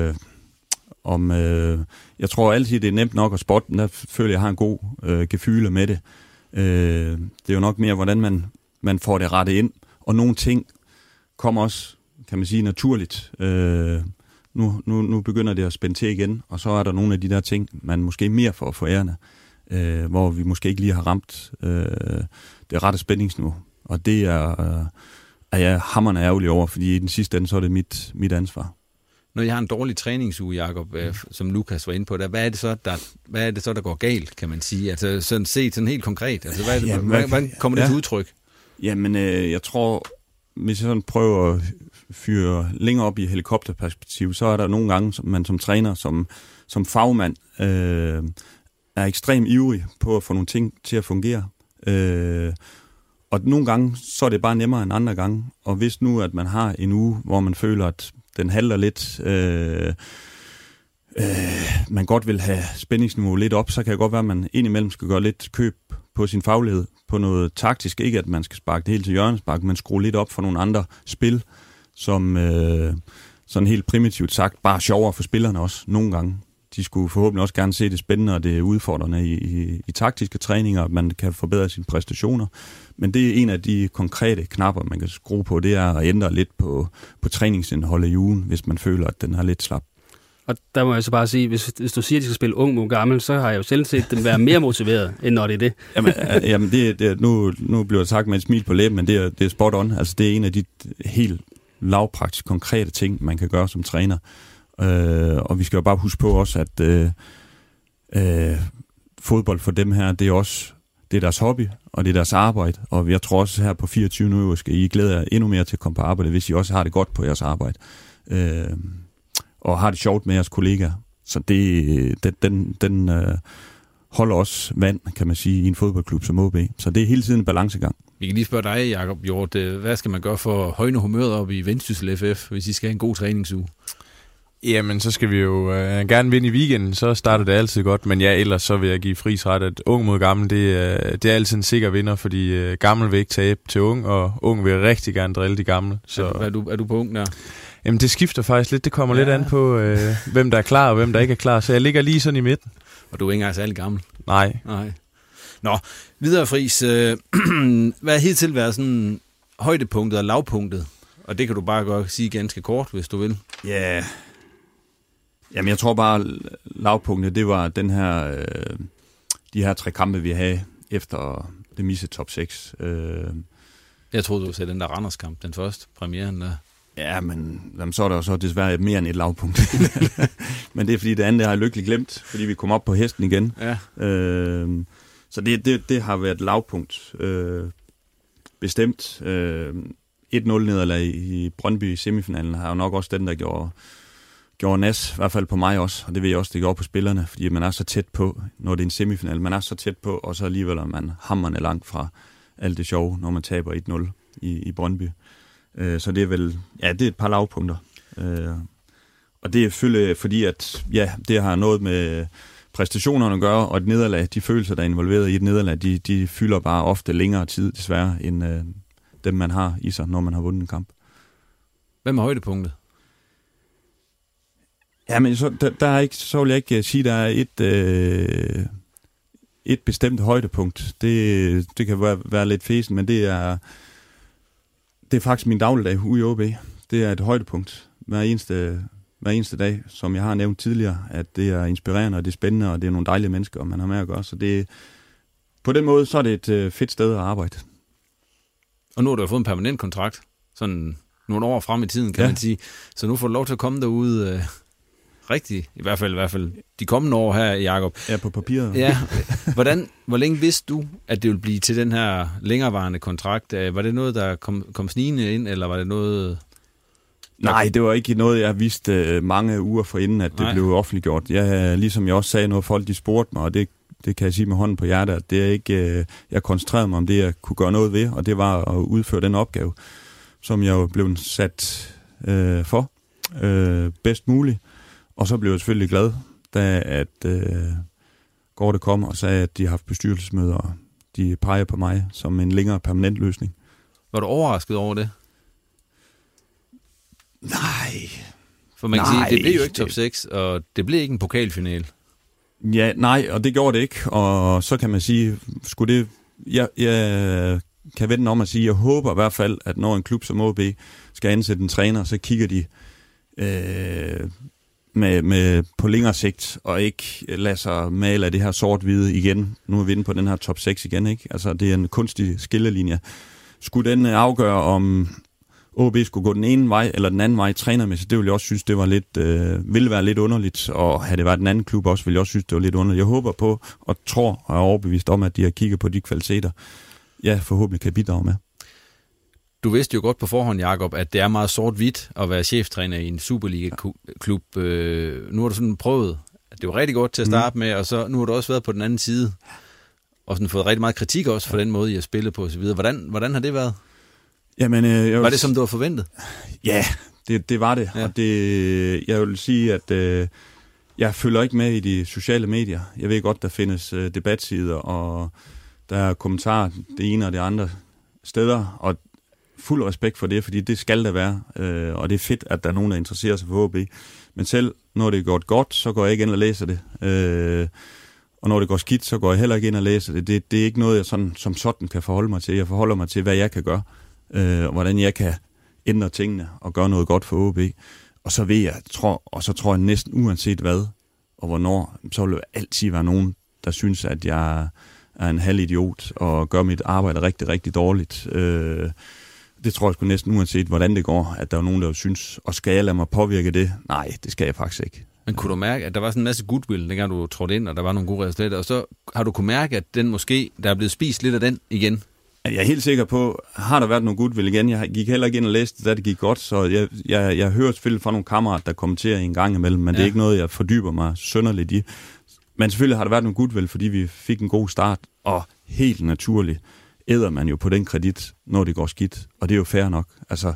om jeg tror altid, det er nemt nok at spotte, men der føler jeg har en god gefyle med det. Det er jo nok mere, hvordan man får det rettet ind, og nogle ting kommer også, kan man sige, naturligt. Nu begynder det at spænde til igen, og så er der nogle af de der ting, man måske mere får forærende, hvor vi måske ikke lige har ramt det rette spændingsniveau. Og det er jeg hamrende ærgerlig over, fordi i den sidste ende, så er det mit ansvar. Når jeg har en dårlig træningsuge, Jakob, som Lukas var inde på, hvad er det så, der går galt, kan man sige? Altså sådan helt konkret. Altså, hvordan kommer det til udtryk? Jamen, jeg tror, hvis jeg sådan prøver at fyre længere op i helikopterperspektiv, så er der nogle gange, man som træner, som fagmand, er ekstremt ivrig på at få nogle ting til at fungere. Og nogle gange, så er det bare nemmere end andre gange. Og hvis nu, at man har en uge, hvor man føler, at den halter lidt, man godt vil have spændingsniveau lidt op, så kan det godt være, at man indimellem skal gøre lidt køb på sin faglighed, på noget taktisk. Ikke at man skal sparke det helt til hjørnespark, men skrue lidt op for nogle andre spil, som sådan helt primitivt sagt, bare sjovere for spillerne også nogle gange. De skulle forhåbentlig også gerne se det spændende og det udfordrende i taktiske træninger, at man kan forbedre sine præstationer. Men det er en af de konkrete knapper, man kan skrue på, det er at ændre lidt på træningsindholdet i ugen, hvis man føler, at den er lidt slap. Og der må jeg så bare sige, hvis du siger, at de skal spille ung mod gammel, så har jeg jo selv set dem være mere motiveret, end når det er det. Jamen nu bliver det sagt med et smil på læben, men det er spot on. Altså, det er en af de helt lavpraktisk konkrete ting, man kan gøre som træner. Og vi skal jo bare huske på også, at fodbold for dem her, det er deres hobby, og det er deres arbejde. Og jeg tror også her på 24 nu, skal I glæde jer endnu mere til at komme på arbejde, hvis I også har det godt på jeres arbejde. Og har det sjovt med jeres kollegaer. Så den holder også vand, kan man sige, i en fodboldklub som OB. Så det er hele tiden en balancegang. Vi kan lige spørge dig, Jakob Hjort. Hvad skal man gøre for at højne humøret op i Vendsyssel FF, hvis I skal have en god træningsuge? Jamen, så skal vi jo gerne vinde i weekenden, så starter det altid godt. Men ja, ellers så vil jeg give Friis ret, at ung mod gammel, det er altid en sikker vinder, fordi gammel vil ikke tabe til ung, og ung vil rigtig gerne drille de gamle. Så Er du på ung der? Jamen, det skifter faktisk lidt. Det kommer lidt an på, hvem der er klar, og hvem der ikke er klar. Så jeg ligger lige sådan i midten. Og du er ikke engang særlig gammel? Nej. Nå, videre Friis. Hvad har hidtil været sådan højdepunktet og lavpunktet? Og det kan du bare godt sige ganske kort, hvis du vil. Ja. Jamen, jeg tror bare, lavpunktet, det var den her, de her 3 kampe, vi havde efter det misse top 6. Jeg troede, du ville sætte den der Randers-kamp, den første premieren der. Ja, men så er der jo så desværre mere end et lavpunkt. Men det er fordi, det andet har jeg lykkeligt glemt, fordi vi kom op på hesten igen. Ja. Så det har været et lavpunkt. Bestemt. 1-0-nederlag i Brøndby i semifinalen har jo nok også den, der gjorde nas, i hvert fald på mig også, og det ved jeg også, det gjorde på spillerne, fordi man er så tæt på, når det er en semifinal, man er så tæt på, og så alligevel er man hamrende langt fra alt det sjove, når man taber 1-0 i Brøndby. Så det er vel, ja, det er et par lavpunkter. Og det er selvfølgelig fordi, at ja, det har noget med præstationerne at gøre, og et nederlag, de følelser, der er involveret i et nederlag, de fylder bare ofte længere tid, desværre, end dem, man har i sig, når man har vundet en kamp. Hvem er højdepunktet? Ja, men så vil jeg ikke sige, at der er et bestemt højdepunkt. Det kan være lidt fesen, men det er faktisk min dagligdag ude i OB. Det er et højdepunkt hver eneste dag, som jeg har nævnt tidligere, at det er inspirerende, og det er spændende, og det er nogle dejlige mennesker, man har med at gøre. Så på den måde, så er det et fedt sted at arbejde. Og nu har du jo fået en permanent kontrakt, sådan nogle år frem i tiden, kan man sige. Så nu får du lov til at komme derude rigtigt, i hvert fald de kommende år her, Jakob. Ja, på papiret. Ja. Hvor længe vidste du, at det ville blive til den her længerevarende kontrakt? Var det noget, der kom snigende ind, eller var det noget... Nej, det var ikke noget, jeg vidste mange uger forinden, at det blev offentliggjort. Ligesom jeg også sagde, når folk de spurgte mig, og det kan jeg sige med hånden på hjertet, at det er ikke, jeg koncentrerede mig om det, jeg kunne gøre noget ved, og det var at udføre den opgave, som jeg jo blev sat for bedst muligt. Og så blev jeg selvfølgelig glad, da at Gorte kom og sagde, at de har haft bestyrelsesmøder, og de peger på mig som en længere permanent løsning. Var du overrasket over det? Nej. For man kan sige, det blev jo ikke top 6, og det blev ikke en pokalfinal. Ja, nej, og det gjorde det ikke. Og så kan man sige, jeg kan vende om at sige, jeg håber i hvert fald, at når en klub som OB skal ansætte en træner, så kigger de med på længere sigt, og ikke lade sig male af det her sort-hvide igen. Nu er vi inde på den her top 6 igen, ikke? Altså, det er en kunstig skillelinje. Skulle den afgøre, om OB skulle gå den ene vej eller den anden vej trænermæssigt, det ville jeg også synes, det var lidt, ville være lidt underligt, og havde det været den anden klub også, ville jeg også synes, det var lidt underligt. Jeg håber på, og tror og er overbevist om, at de har kigget på de kvaliteter, jeg forhåbentlig kan bidrage med. Du vidste jo godt på forhånd, Jakob, at det er meget sort-hvidt at være cheftræner i en Superliga-klub. Nu har du sådan prøvet, at det var rigtig godt til at starte med, og så nu har du også været på den anden side, og sådan fået rigtig meget kritik også for den måde, I har spillet på osv. Hvordan har det været? Jamen, var det, som du havde forventet? Ja, det var det. Ja. Og jeg vil sige, at jeg følger ikke med i de sociale medier. Jeg ved godt, der findes debatsider, og Der er kommentarer det ene og det andre steder, og fuld respekt for det, fordi det skal der være, og det er fedt, at der er nogen, der interesserer sig for OB. Men selv når det går godt, så går jeg ikke ind og læser det. Og når det går skidt, så går jeg heller ikke ind og læser det. Det er ikke noget, jeg som sådan kan forholde mig til. Jeg forholder mig til, hvad jeg kan gøre, og hvordan jeg kan ændre tingene og gøre noget godt for OB. Og så ved jeg, så tror jeg næsten uanset hvad og hvornår, så vil der altid være nogen, der synes, at jeg er en halv idiot og gør mit arbejde rigtig, rigtig dårligt. Det tror jeg sgu næsten uanset, hvordan det går, at der er nogen, der synes, og skal jeg lade mig påvirke det? Nej, det skal jeg faktisk ikke. Men kunne du mærke, at der var sådan en masse goodwill, dengang du trådte ind, og der var nogle gode resultater, og så har du kunne mærke, at den måske, der er blevet spist lidt af den igen? Jeg er helt sikker på, har der været nogle goodwill igen? Jeg gik heller ikke ind og læste, da det gik godt, så jeg hører selvfølgelig fra nogle kammerater, der kommenterer en gang imellem, men det er ikke noget, jeg fordyber mig synderligt i. Men selvfølgelig har der været nogle goodwill, fordi vi fik en god start, og helt naturligt æder man jo på den kredit, når det går skidt, og det er jo fair nok. Altså,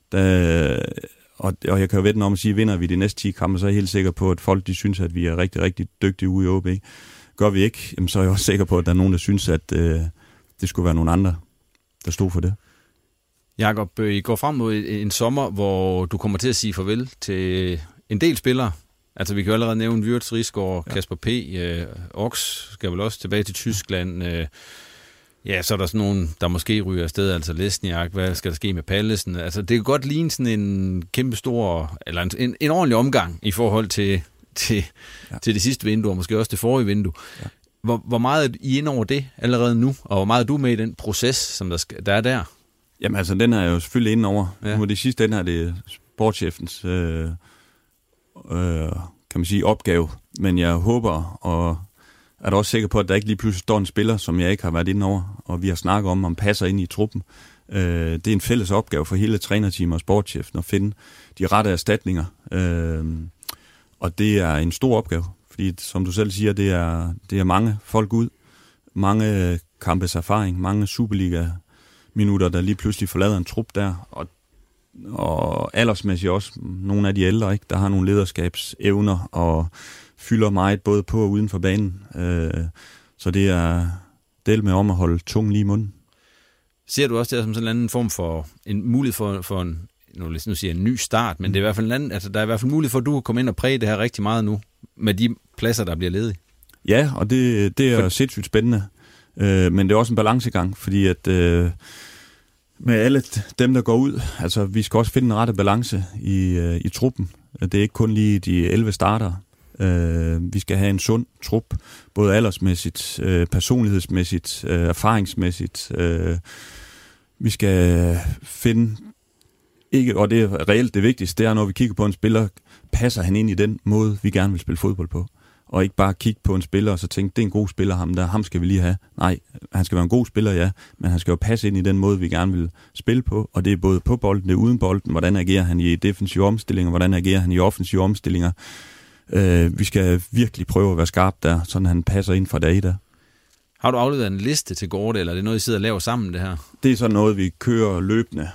og jeg kan jo vente om at sige, vinder vi de næste 10 kampe, så er jeg helt sikker på, at folk de synes, at vi er rigtig, rigtig dygtige ude i OB. Gør vi ikke, jamen, så er jeg også sikker på, at der er nogen, der synes, at det skulle være nogle andre, der stod for det. Jakob, I går frem mod en sommer, hvor du kommer til at sige farvel til en del spillere. Altså, vi kan jo allerede nævne Wirtz, Risgaard, Kasper P., Ox skal vel også tilbage til Tyskland. Ja, så er der sådan nogen, der måske ryger afsted, altså Lesniak, hvad skal der ske med Pallesen? Altså, det kan godt ligne sådan en kæmpe stor, eller en ordentlig omgang i forhold til det sidste vindue, og måske også det forrige vindue. Ja. Hvor meget er I inde over det allerede nu, og hvor meget er du med i den proces, som der er der? Jamen altså, den er jo selvfølgelig inde over. Ja. Nu det sidste, den her, det er sportschefens kan man sige, opgave. Men jeg håber, og er da også sikker på, at der ikke lige pludselig står en spiller, som jeg ikke har været inde over, og vi har snakket om passer ind i truppen. Det er en fælles opgave for hele trænerteamet og sportschefen at finde de rette erstatninger. Og det er en stor opgave, fordi som du selv siger, det er mange folk ud, mange kampes erfaring, mange Superliga-minutter, der lige pludselig forlader en trup der, og aldersmæssigt også nogle af de ældre, ikke, der har nogle lederskabsevner og fylder meget både på og uden for banen. Så det er del med om at holde tungen lige i munden. Ser du også det som sådan en anden form for en mulighed for en, nu siger en ny start, men det er i hvert fald en anden, altså der er i hvert fald mulighed for, at du kan komme ind og præge det her rigtig meget nu, med de pladser, der bliver ledige? Ja, og det er sindssygt spændende. Men det er også en balancegang, fordi at med alle dem, der går ud, altså vi skal også finde en rette balance i truppen. Det er ikke kun lige de 11 startere. Vi skal have en sund trup, både aldersmæssigt, personlighedsmæssigt, erfaringsmæssigt. Vi skal finde, ikke, og det er reelt det vigtigste, det er, når vi kigger på en spiller, passer han ind i den måde, vi gerne vil spille fodbold på. Og ikke bare kigge på en spiller og så tænke, det er en god spiller, ham skal vi lige have. Nej, han skal være en god spiller, ja, men han skal jo passe ind i den måde, vi gerne vil spille på. Og det er både på bolden, det er uden bolden, hvordan agerer han i defensive omstillinger, hvordan agerer han i offensive omstillinger. Vi skal virkelig prøve at være skarp der, sådan han passer ind fra dag der. Har du afleveret en liste til Gorte, eller er det noget, I sidder og laver sammen, det her? Det er sådan noget, vi kører løbende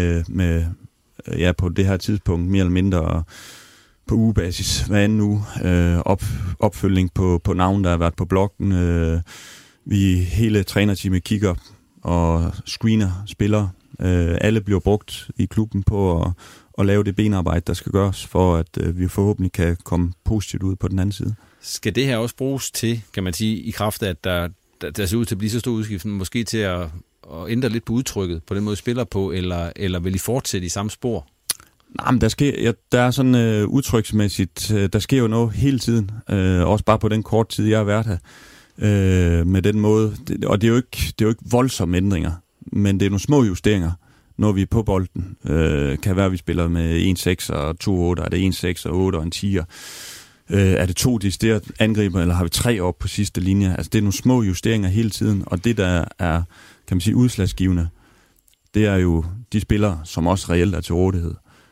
med på det her tidspunkt, mere eller mindre på ugebasis. Hver anden uge opfølgning på navn, der har været på bloggen. Vi hele trænerteamet kigger og screener spillere. Alle bliver brugt i klubben på at lave det benarbejde, der skal gøres, for at vi forhåbentlig kan komme positivt ud på den anden side. Skal det her også bruges til, kan man sige, i kraft af, at der ser ud til at blive så stor udskiftning, måske til at ændre lidt på udtrykket, på den måde spiller på, eller vil I fortsætte i samme spor? Nej, men der er sådan udtryksmæssigt, der sker jo noget hele tiden, også bare på den kort tid, jeg har været her, med den måde, og det er jo ikke voldsomme ændringer, men det er nogle små justeringer, når vi er på bolden. Kan være, at vi spiller med 1-6 og 2-8, er det 1-6 og 8 og en 10'er. Er det 2 deciderede angriber, eller har vi 3 op på sidste linje? Altså det er nogle små justeringer hele tiden, og det der er, kan man sige, udslagsgivende, det er jo de spillere, som også reelt er til rådighed.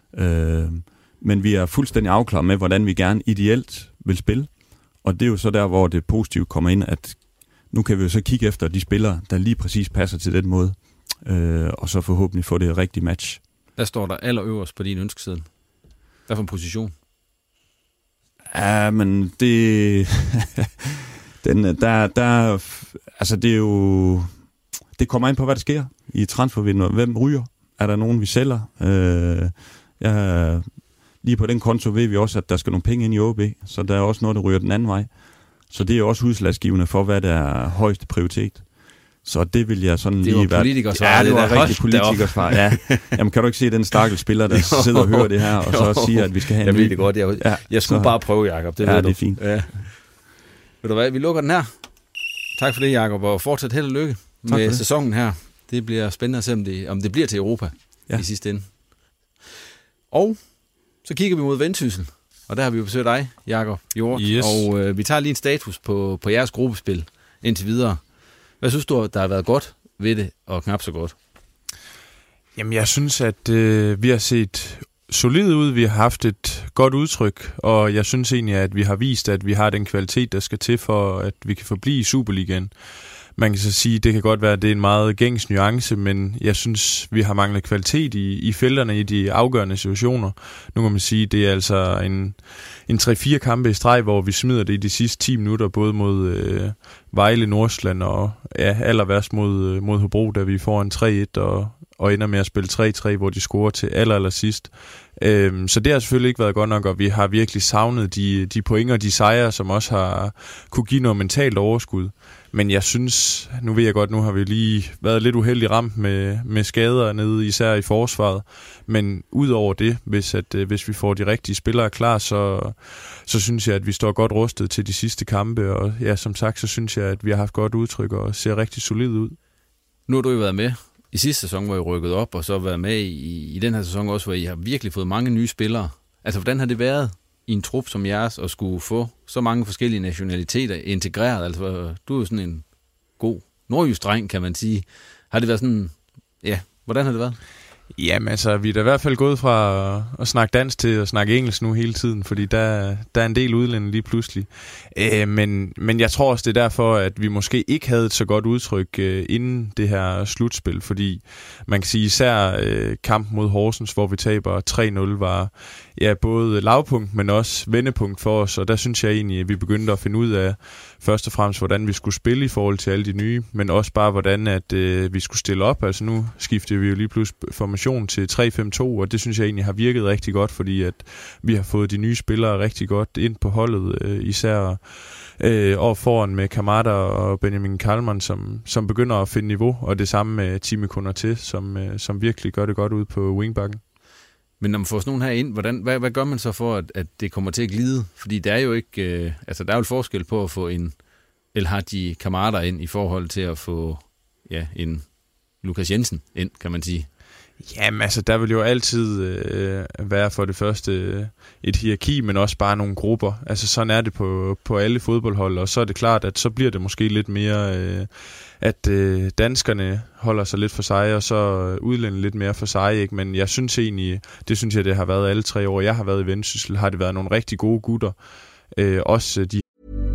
Men vi er fuldstændig afklaret med, hvordan vi gerne ideelt vil spille, og det er jo så der, hvor det positive kommer ind, at nu kan vi jo så kigge efter de spillere, der lige præcis passer til den måde, og så forhåbentlig få det rigtige match. Hvad står der allerøverst på din ønskeseddel? Hvad for en position? Ja, men det Altså det er jo... Det kommer ind på, hvad der sker i transfervinduet. Hvem ryger? Er der nogen, vi sælger? Lige på den konto ved vi også, at der skal nogle penge ind i OB, så der er også noget, der ryger den anden vej. Så det er også udslagsgivende for, hvad der er højeste prioritet. Så det vil jeg sådan lige... Det var politikersvar. Ja, det var rigtig politikersvar. Ja. Jamen, kan du ikke se den stakkels spiller, der sidder og hører det her, og så siger, at vi skal have en ny? Jeg ved det godt. Jeg skulle bare prøve, Jacob. Det ved det er fint. Ja. Ved du hvad, vi lukker den her. Tak for det, Jacob, og fortsat held og lykke med sæsonen her. Det bliver spændende at se, om det bliver til Europa i sidste ende. Og så kigger vi mod Vendsyssel, og der har vi jo besøgt dig, Jacob Hjort. Yes. Og vi tager lige en status på jeres gruppespil indtil videre. Hvad synes du, der har været godt ved det, og knap så godt? Jamen, jeg synes, at vi har set solid ud. Vi har haft et godt udtryk, og jeg synes egentlig, at vi har vist, at vi har den kvalitet, der skal til for, at vi kan forblive i Superligaen. Man kan så sige, det kan godt være, at det er en meget gængs nuance, men jeg synes, vi har manglet kvalitet i felterne i de afgørende situationer. Nu kan man sige, det er altså en 3-4 kampe i streg, hvor vi smider det i de sidste 10 minutter, både mod Vejle, Nordsjælland og aller værst mod Hobro, da vi får en 3-1 og ender med at spille 3-3, hvor de scorer til aller sidst. Så det har selvfølgelig ikke været godt nok, og vi har virkelig savnet de point og de sejre, som også har kunne give noget mentalt overskud. Men jeg synes, nu ved jeg godt, nu har vi lige været lidt uheldig ramt med skader nede, især i forsvaret. Men udover det, hvis vi får de rigtige spillere klar, så synes jeg, at vi står godt rustet til de sidste kampe. Og ja, som sagt, så synes jeg, at vi har haft godt udtryk og ser rigtig solid ud. Nu har du jo været med i sidste sæson, hvor I rykket op, og så været med i den her sæson også, hvor I har virkelig fået mange nye spillere. Altså, hvordan har det været i en trup som jeres at skulle få så mange forskellige nationaliteter integreret? Altså, du er jo sådan en god nordjysk dreng, kan man sige. Har det været sådan... Ja, hvordan har det været? Jamen altså, vi er da i hvert fald gået fra at snakke dansk til at snakke engelsk nu hele tiden, fordi der er en del udlændinge lige pludselig. Men jeg tror også, det er derfor, at vi måske ikke havde et så godt udtryk inden det her slutspil, fordi man kan sige, især kampen mod Horsens, hvor vi taber 3-0, var både lavpunkt, men også vendepunkt for os, og der synes jeg egentlig, at vi begyndte at finde ud af først og fremmest, hvordan vi skulle spille i forhold til alle de nye, men også bare, hvordan at vi skulle stille op. Altså nu skifter vi jo lige pludselig formation til 3-5-2, og det synes jeg egentlig har virket rigtig godt, fordi at vi har fået de nye spillere rigtig godt ind på holdet, især og foran med Kamada og Benjamin Kalman, som begynder at finde niveau, og det samme med Timi Konaté, som virkelig gør det godt ud på wingbacken. Men når man får sådan nogen her ind, hvad gør man så for, at det kommer til at glide? Fordi der er jo ikke, der er jo et forskel på at få en El Hadji Kamada ind i forhold til at få en Lukas Jensen ind, kan man sige. Jamen altså, der vil jo altid være for det første et hierarki, men også bare nogle grupper. Altså sådan er det på alle fodboldhold, og så er det klart, at så bliver det måske lidt mere, at danskerne holder sig lidt for sig, og så udlændinge lidt mere for sig, ikke? Men jeg synes egentlig, det har været alle 3 år, jeg har været i Vendsyssel, har det været nogle rigtig gode gutter. Også de...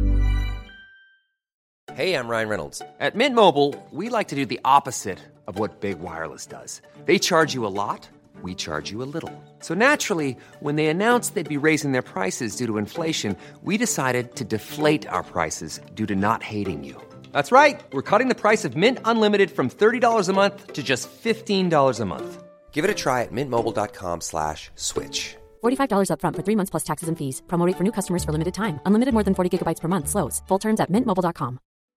Hey, I'm Ryan Reynolds. At Mint Mobile, we like to do the opposite of what Big Wireless does. They charge you a lot, we charge you a little. So naturally, when they announced they'd be raising their prices due to inflation, we decided to deflate our prices due to not hating you. That's right. We're cutting the price of Mint Unlimited from $30 a month to just $15 a month. Give it a try at mintmobile.com/switch. $45 up front for 3 months plus taxes and fees. Promo rate for new customers for limited time. Unlimited more than 40 gigabytes per month. Slows full terms at mintmobile.com.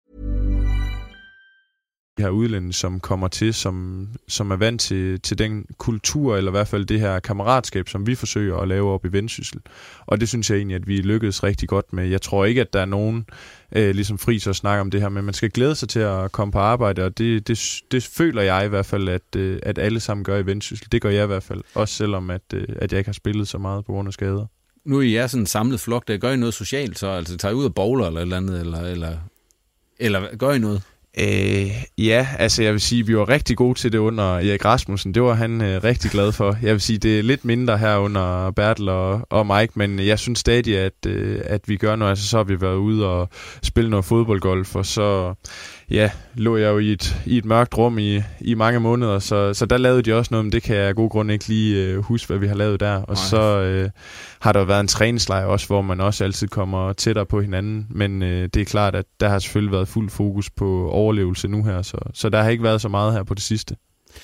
De her udlændinge, som kommer til, som er vant til den kultur, eller i hvert fald det her kammeratskab, som vi forsøger at lave op i Vendsyssel. Og det synes jeg egentlig, at vi lykkedes rigtig godt med. Jeg tror ikke, at der er nogen, ligesom Friis at snakke om det her, men man skal glæde sig til at komme på arbejde, og det føler jeg i hvert fald, at alle sammen gør i Vendsyssel. Det gør jeg i hvert fald, også selvom at jeg ikke har spillet så meget på grund af skader. Nu er I sådan en samlet flok, der gør I noget socialt, så altså tager I ud og bowler eller et eller andet, eller gør I noget? Ja, altså jeg vil sige, at vi var rigtig gode til det under Erik Rasmussen. Det var han rigtig glad for. Jeg vil sige, det er lidt mindre her under Bertel og Mike, men jeg synes stadig, at vi gør noget. Altså så har vi været ude og spille noget fodboldgolf, og så lå jeg jo i et mørkt rum i mange måneder, så der lavede de også noget, men det kan jeg af god grund ikke lige huske, hvad vi har lavet der. Og så har der været en træningslejr også, hvor man også altid kommer tættere på hinanden, men det er klart, at der har selvfølgelig været fuld fokus på overlevelse nu her, så der har ikke været så meget her på det sidste.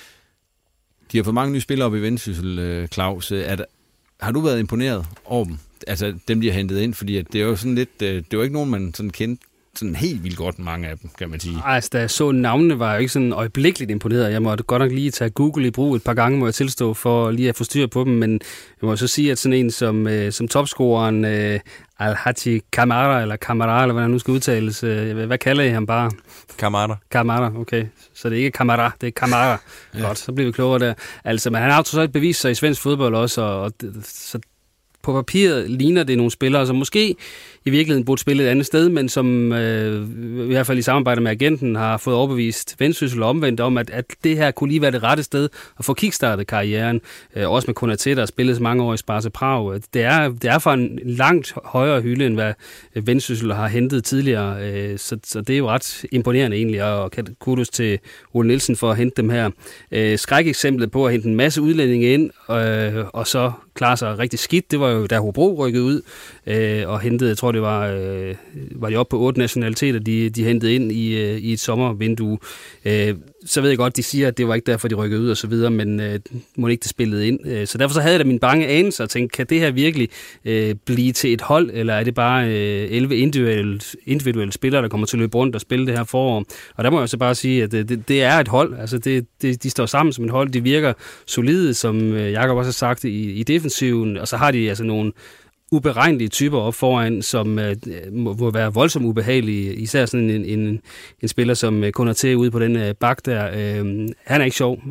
De har fået mange nye spillere op i Vendsyssel, Claus. Har du været imponeret over dem? Altså dem, de har hentet ind, fordi at det er jo sådan lidt, det er jo ikke nogen, man sådan kendte sådan helt vildt godt, mange af dem, kan man sige. Altså, da jeg så navnene, var jeg ikke sådan øjeblikkeligt imponeret. Jeg måtte godt nok lige tage Google i brug et par gange, må jeg tilstå, for lige at få styr på dem, men jeg må så sige, at sådan en som topscoreren Al-Haji Kamara, eller Kamara, eller hvad han nu skal udtales, hvad kalder I ham bare? Kamara, okay. Så det er ikke Kamara, det er Kamara. Ja. Godt, så bliver vi klogere der. Altså, men han har så bevist sig i svensk fodbold også, og så på papiret ligner det nogle spillere, som måske i virkeligheden burde spille et andet sted, men som i hvert fald i samarbejde med agenten har fået overbevist Vendsyssel og omvendt om, at det her kunne lige være det rette sted at få kickstartet karrieren. Også med Konaté, der har spillet så mange år i Sparta Prag. Det er for en langt højere hylde, end hvad Vendsyssel har hentet tidligere. Så det er jo ret imponerende egentlig, og kudos til Ole Nielsen for at hente dem her. Skrækeksemplet på at hente en masse udlændinge ind, og så klare sig rigtig skidt, det var jo, da Hobro rykkede ud og hentede, jeg tror det var de oppe på 8 nationaliteter, de hentede ind i et sommervindue. Så ved jeg godt, de siger, at det var ikke derfor, de rykkede ud og så videre, men må ikke det spillede ind. Så derfor så havde jeg da min bange anelse og tænkte, kan det her virkelig blive til et hold, eller er det bare 11 individuelle spillere, der kommer til at løbe rundt og spille det her forår? Og der må jeg så bare sige, at det er et hold. Altså de står sammen som et hold. De virker solide, som Jakob også har sagt, i defensiven, og så har de altså nogle uberegnelige typer op foran, som må være voldsomt ubehagelige. Især sådan en spiller, som Konaté ude på den bak der. Han er ikke sjov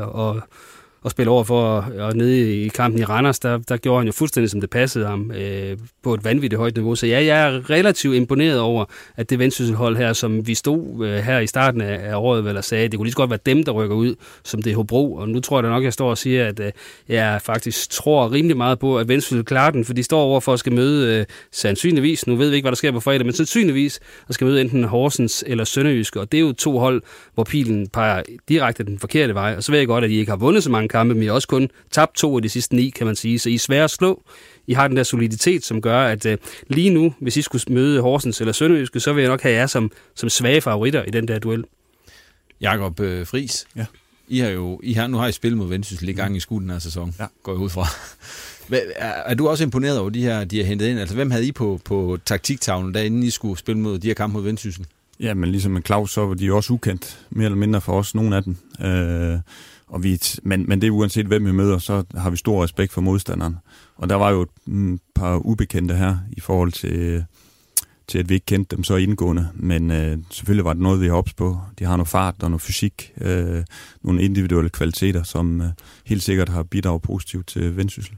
og spille over for, og nede i kampen i Randers, der gjorde han jo fuldstændig, som det passede ham, på et vanvittigt højt niveau. Så ja, jeg er relativt imponeret over, at det Vendsyssel-hold her, som vi stod her i starten af året, vel, og sagde, det kunne lige så godt være dem, der rykker ud, som det er Hobro. Og nu tror jeg da nok, jeg står og siger, at jeg faktisk tror rimelig meget på, at Vendsyssel klarer den, for de står over for at skal møde sandsynligvis, nu ved vi ikke, hvad der sker på fredag, men sandsynligvis at skal møde enten Horsens eller Sønderjyske, og det er jo to hold, hvor pilen peger direkte den forkerte vej. Og så ved jeg godt, at I ikke har vundet så mange kampe, men I har også kun tabt 2 af de sidste 9, kan man sige. Så I er svære at slå. I har den der soliditet, som gør, at lige nu, hvis I skulle møde Horsens eller Sønderjyske, så vil jeg nok have jer som svage favoritter i den der duel. Jakob Friis, ja. Nu har I spillet mod Vendsyssel i gang i skuden af sæson, går jeg ud fra. Er du også imponeret over de har hentet ind? Altså, hvem havde I på taktiktavlen, der inden I skulle spille mod de her kampe mod Vendsyssel? Ja, men ligesom med Claus, så var de også ukendt, mere eller mindre for os, nogle af dem. Men det er uanset hvem vi møder, så har vi stor respekt for modstanderen. Og der var jo et par ubekendte her i forhold til at vi ikke kendte dem så indgående. Men selvfølgelig var det noget, vi har ops på. De har noget fart og noget fysik, nogle individuelle kvaliteter, som helt sikkert har bidraget positivt til Vendsyssel.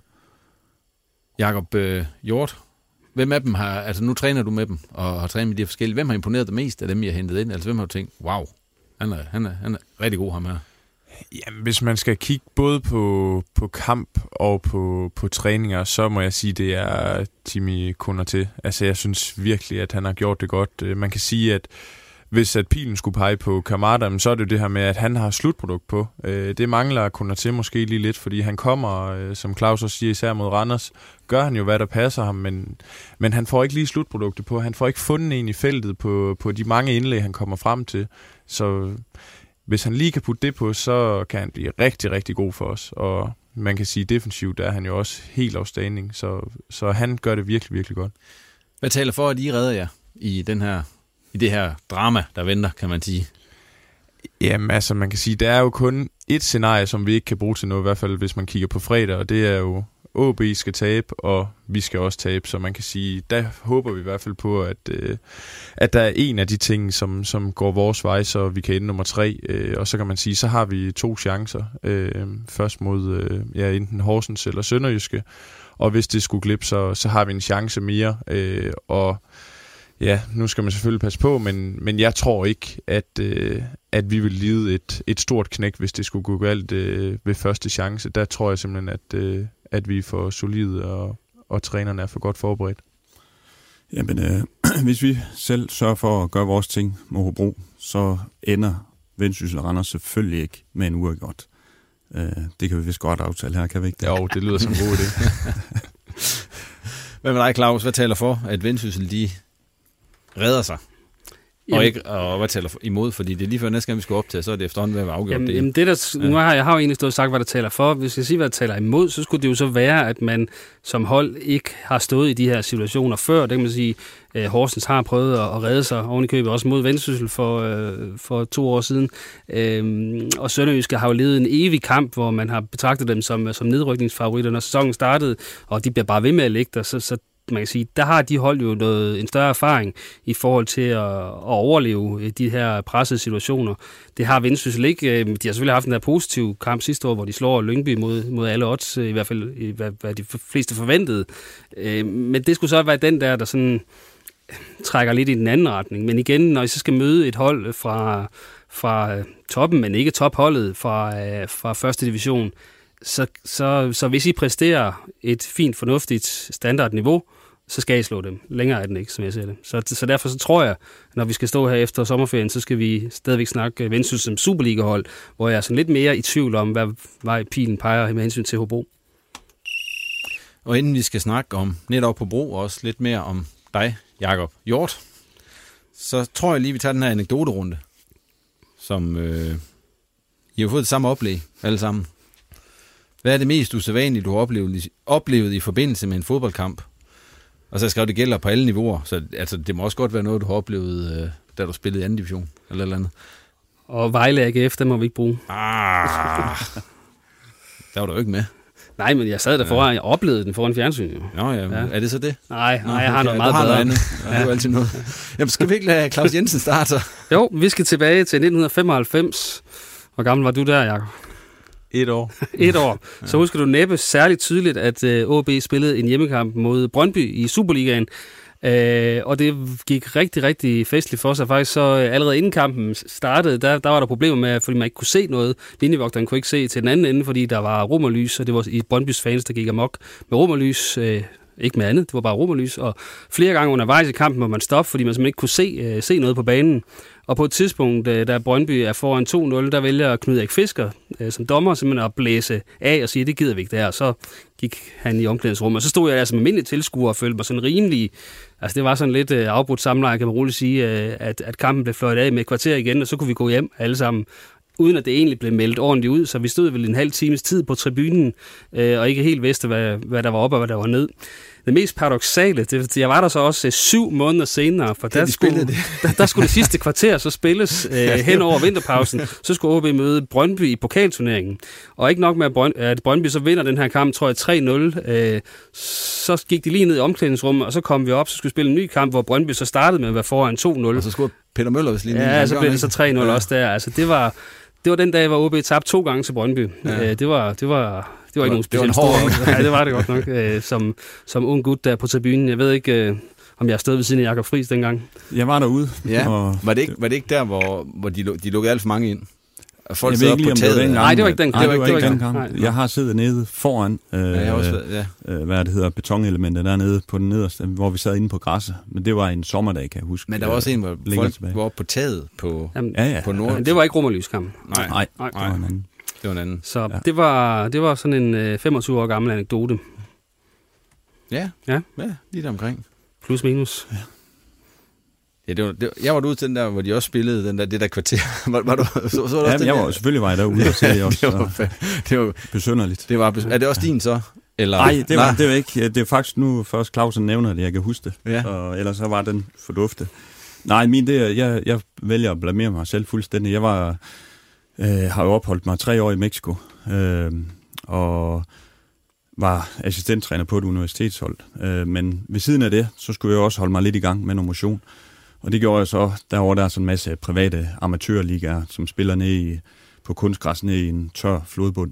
Jakob Hjort, hvem af dem har, altså nu træner du med dem og har trænet med de forskellige. Hvem har imponeret dig mest af dem, I har hentet ind? Altså hvem har du tænkt, wow, han er rigtig god ham her? Jamen, hvis man skal kigge både på kamp og på træninger, så må jeg sige, det er Jimmy Konaté. Altså, jeg synes virkelig, at han har gjort det godt. Man kan sige, at hvis at pilen skulle pege på Kamada, så er det det her med, at han har slutprodukt på. Det mangler Konaté måske lige lidt, fordi han kommer, som Claus også siger, især mod Randers, gør han jo, hvad der passer ham, men han får ikke lige slutproduktet på. Han får ikke fundet en i feltet på de mange indlæg, han kommer frem til. Så hvis han lige kan putte det på, så kan han blive rigtig, rigtig god for os. Og man kan sige, defensivt er han jo også helt afstanding, så han gør det virkelig, virkelig godt. Hvad taler for, at I redder jer i det her drama, der venter, kan man sige? Jamen altså, man kan sige, der er jo kun et scenarie, som vi ikke kan bruge til noget, i hvert fald hvis man kigger på fredag, og det er jo, OB skal tabe, og vi skal også tabe, så man kan sige, der håber vi i hvert fald på, at der er en af de ting, som går vores vej, så vi kan ende nummer 3, og så kan man sige, så har vi 2 chancer, først mod enten Horsens eller Sønderjyske, og hvis det skulle glippe, så har vi en chance mere, og Ja, nu skal man selvfølgelig passe på, men jeg tror ikke, at vi vil lide et stort knæk, hvis det skulle gå galt ved første chance. Der tror jeg simpelthen, at vi er for solide, og trænerne er for godt forberedt. Jamen, hvis vi selv sørger for at gøre vores ting med Hobro, så ender Vendsyssel og Randers selvfølgelig ikke med en uafgjort. Det kan vi vist godt aftale her, kan vi ikke det? Jo, det lyder som en god idé. Hvad med dig, Claus? Hvad taler for, at Vendsyssel de redder sig? Og hvad taler imod? Fordi det er lige før næste gang, vi skal optage, så er det efterhånden ved at være afgjort. Jamen det der, nu har jeg jo egentlig stået og sagt, hvad der taler for. Hvis jeg siger, hvad der taler imod, så skulle det jo så være, at man som hold ikke har stået i de her situationer før. Det kan man sige, Horsens har prøvet at redde sig oven i købet, også mod Vendsyssel for 2 år siden. Og Sønderjyske har jo levet en evig kamp, hvor man har betragtet dem som nedrykningsfavoritter, når sæsonen startede, og de bliver bare ved med at ligge der, så man kan sige, der har de hold jo en større erfaring i forhold til at overleve de her pressede situationer. Det har Vendsyssel ikke. De har selvfølgelig haft en der positiv kamp sidste år, hvor de slår Lyngby mod alle odds, i hvert fald hvad de fleste forventede. Men det skulle så være den der sådan trækker lidt i den anden retning. Men igen, når I så skal møde et hold fra toppen, men ikke topholdet fra første division, så hvis I præsterer et fint, fornuftigt standardniveau, så skal I slå dem. Længere er den ikke, som jeg ser det. Så derfor så tror jeg, når vi skal stå her efter sommerferien, så skal vi stadigvæk snakke Vendsyssel som Superliga-hold, hvor jeg er sådan lidt mere i tvivl om, hvad vej pilen peger med hensyn til Hobro. Og inden vi skal snakke om netop Hobro, og også lidt mere om dig, Jakob Hjort, så tror jeg lige, vi tager den her anekdoterunde, som I har fået det samme oplæg, alle sammen. Hvad er det mest usædvanlige, du har oplevet i forbindelse med en fodboldkamp? Og så skrev det gælder på alle niveauer, så altså, det må også godt være noget, du har oplevet, da du spillede i anden division, eller andet. Og Vejle AGF, der må vi ikke bruge. Der var du jo ikke med. Nej, men jeg sad der foran, jeg oplevede den foran fjernsyn. Nå ja, er det så det? Nej, jeg har noget meget bedre. Det er jo altid noget. Jamen, skal vi ikke lade Claus Jensen starte? Jo, vi skal tilbage til 1995. Hvor gammel var du der, Jakob? 1 år. 1 år. Så husker du næppe særligt tydeligt, at AaB spillede en hjemmekamp mod Brøndby i Superligaen. Og det gik rigtig, rigtig festligt for sig. Faktisk så allerede inden kampen startede, der var der problemer med, fordi man ikke kunne se noget. Linjevogteren kunne ikke se til den anden ende, fordi der var romerlys, og det var i Brøndbys fans, der gik amok med romerlys. Ikke med andet, det var bare romerlys. Og flere gange undervejs i kampen må man stoppe, fordi man simpelthen ikke kunne se noget på banen. Og på et tidspunkt, da Brøndby er foran 2-0, der vælger Knud Erik Fisker som dommer simpelthen at blæse af og sige, det gider vi ikke der. Og så gik han i omklædningsrummet. Og så stod jeg der som almindelig tilskuer og følte mig sådan rimelig. Altså det var sådan lidt afbrudt samleje, kan man roligt sige, at kampen blev fløjtet af med et kvarter igen, og så kunne vi gå hjem alle sammen, uden at det egentlig blev meldt ordentligt ud. Så vi stod vel en halv times tid på tribunen, og ikke helt vidste, hvad der var op og hvad der var ned. Det mest paradoksale, jeg var der så også 7 måneder senere, for der skulle det sidste kvarter så spilles hen over vinterpausen. Så skulle AaB møde Brøndby i pokalturneringen. Og ikke nok med, at Brøndby så vinder den her kamp, tror jeg 3-0. Så gik de lige ned i omklædningsrummet, og så kom vi op, så skulle spille en ny kamp, hvor Brøndby så startede med at være foran 2-0. Og så skulle Peter Møller vist lige. Ja, så blev det så 3-0 også der. Altså det var den dag, hvor AaB tabte 2 gange til Brøndby. Ja. Det var ikke nogen specielt stor. Ja, det var det godt nok, som ung gut der på tribunen. Jeg ved ikke, om jeg stod ved siden af Jakob Friis dengang. Jeg var derude. Ja. Og var det ikke der, hvor de lukkede alt for mange ind? Folk jeg ved ikke lige, om det var dengang. Nej, det var ikke dengang. Det var ikke dengang. Jeg har siddet nede foran, hvad det hedder, betonelementet dernede på den nederste, hvor vi sad inde på græsset. Men det var en sommerdag, kan jeg huske. Men der var også en, hvor folk var oppe på taget på Nord. Men det var ikke romerlyskamp. Nej. Det var en anden. Så det var sådan en 25 år gammel anekdote. Ja, lige omkring. Plus minus. Ja. Ja, jeg var ude til den der, hvor de også spillede det der kvarter. Var du, så selvfølgelig var jeg derude og se også. det var besynderligt. Er det også din så? Eller? Nej, det var ikke. Det er faktisk nu først Clausen nævner det, jeg kan huske det. Ja. Og ellers så var den forduftet. Nej, jeg vælger at blamere mig selv fuldstændig. Jeg har jo opholdt mig 3 år i Mexico, og var assistenttræner på et universitetshold. Men ved siden af det, så skulle jeg også holde mig lidt i gang med noget motion. Og det gjorde jeg så, derovre der er sådan en masse private amatørligaer, som spiller ned på kunstgræs ned i en tør flodbund.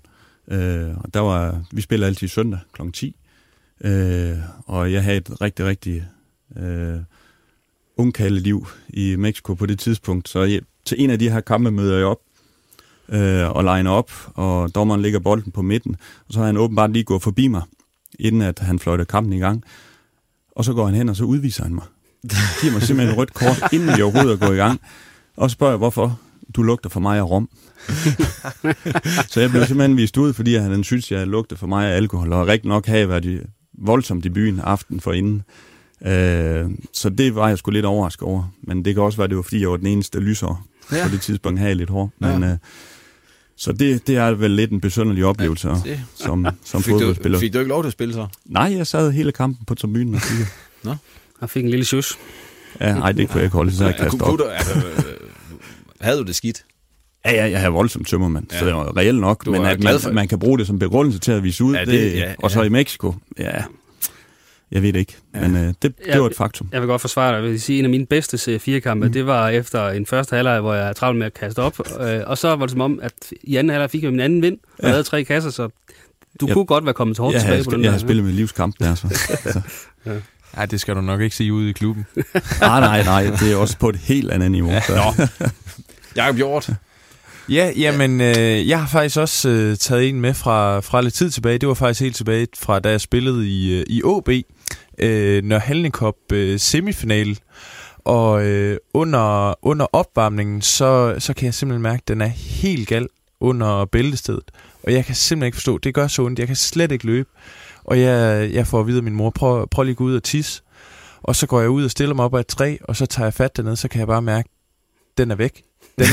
Og vi spiller altid søndag kl. 10. Og jeg havde et rigtig, rigtig ungkaldeliv i Mexico på det tidspunkt. Så til en af de her kampe møder jeg op og line op, og dommeren lægger bolden på midten, og så har han åbenbart lige gået forbi mig, inden at han fløjter kampen i gang. Og så går han hen, og så udviser han mig. Giver mig simpelthen et rødt kort, inden vi overhovedet er gået i gang. Og så spørger jeg, hvorfor du lugter for mig af rom. Så jeg blev simpelthen vist ud, fordi han synes, jeg lugter for mig af alkohol, og rigtig nok havde været voldsomt i byen aften forinden. Så det var jeg sgu lidt overrasket over. Men det kan også være, det var, fordi jeg var den eneste lysår. På det tidspunkt havde jeg lidt hår. Men, så det er vel lidt en besynderlig oplevelse som fodboldspiller. Fik du ikke lov til at spille så? Nej, jeg sad hele kampen på tribunen og kiggede. Nå, jeg fik en lille sjus. Ja, nej, det kunne jeg ikke holde, så jeg kastede op. Havde du det skidt? Ja, jeg havde voldsomt tømmermand, så det var reelt nok. Men at man kan bruge det som begrundelse til at vise ud, og så i Mexico, jeg ved det ikke, men det var et faktum. Jeg vil godt forsvare dig. Jeg vil sige, en af mine bedste C4-kampe, det var efter en første halvleg, hvor jeg travlt med at kaste op, og så var det som om, at i anden halvleg fik jeg min anden vind, og lavede 3 kasser, så du kunne godt være kommet til hårdt tilbage på den der. Jeg har spillet med livskamp der, så. Nej, det skal du nok ikke sige ude i klubben. Nej, det er også på et helt andet niveau. Nå. Jakob Hjort. Ja, jamen, jeg har faktisk også taget en med fra lidt tid tilbage. Det var faktisk helt tilbage fra, da jeg spillede i OB, Nørre Cup semifinal. Og under opvarmningen, så kan jeg simpelthen mærke, at den er helt gal under bæltestedet. Og jeg kan simpelthen ikke forstå, det gør så ondt. Jeg kan slet ikke løbe. Og jeg får at vide af min mor, prøv lige at gå ud og tisse. Og så går jeg ud og stiller mig op ad et træ, og så tager jeg fat dernede, så kan jeg bare mærke, den er væk. Den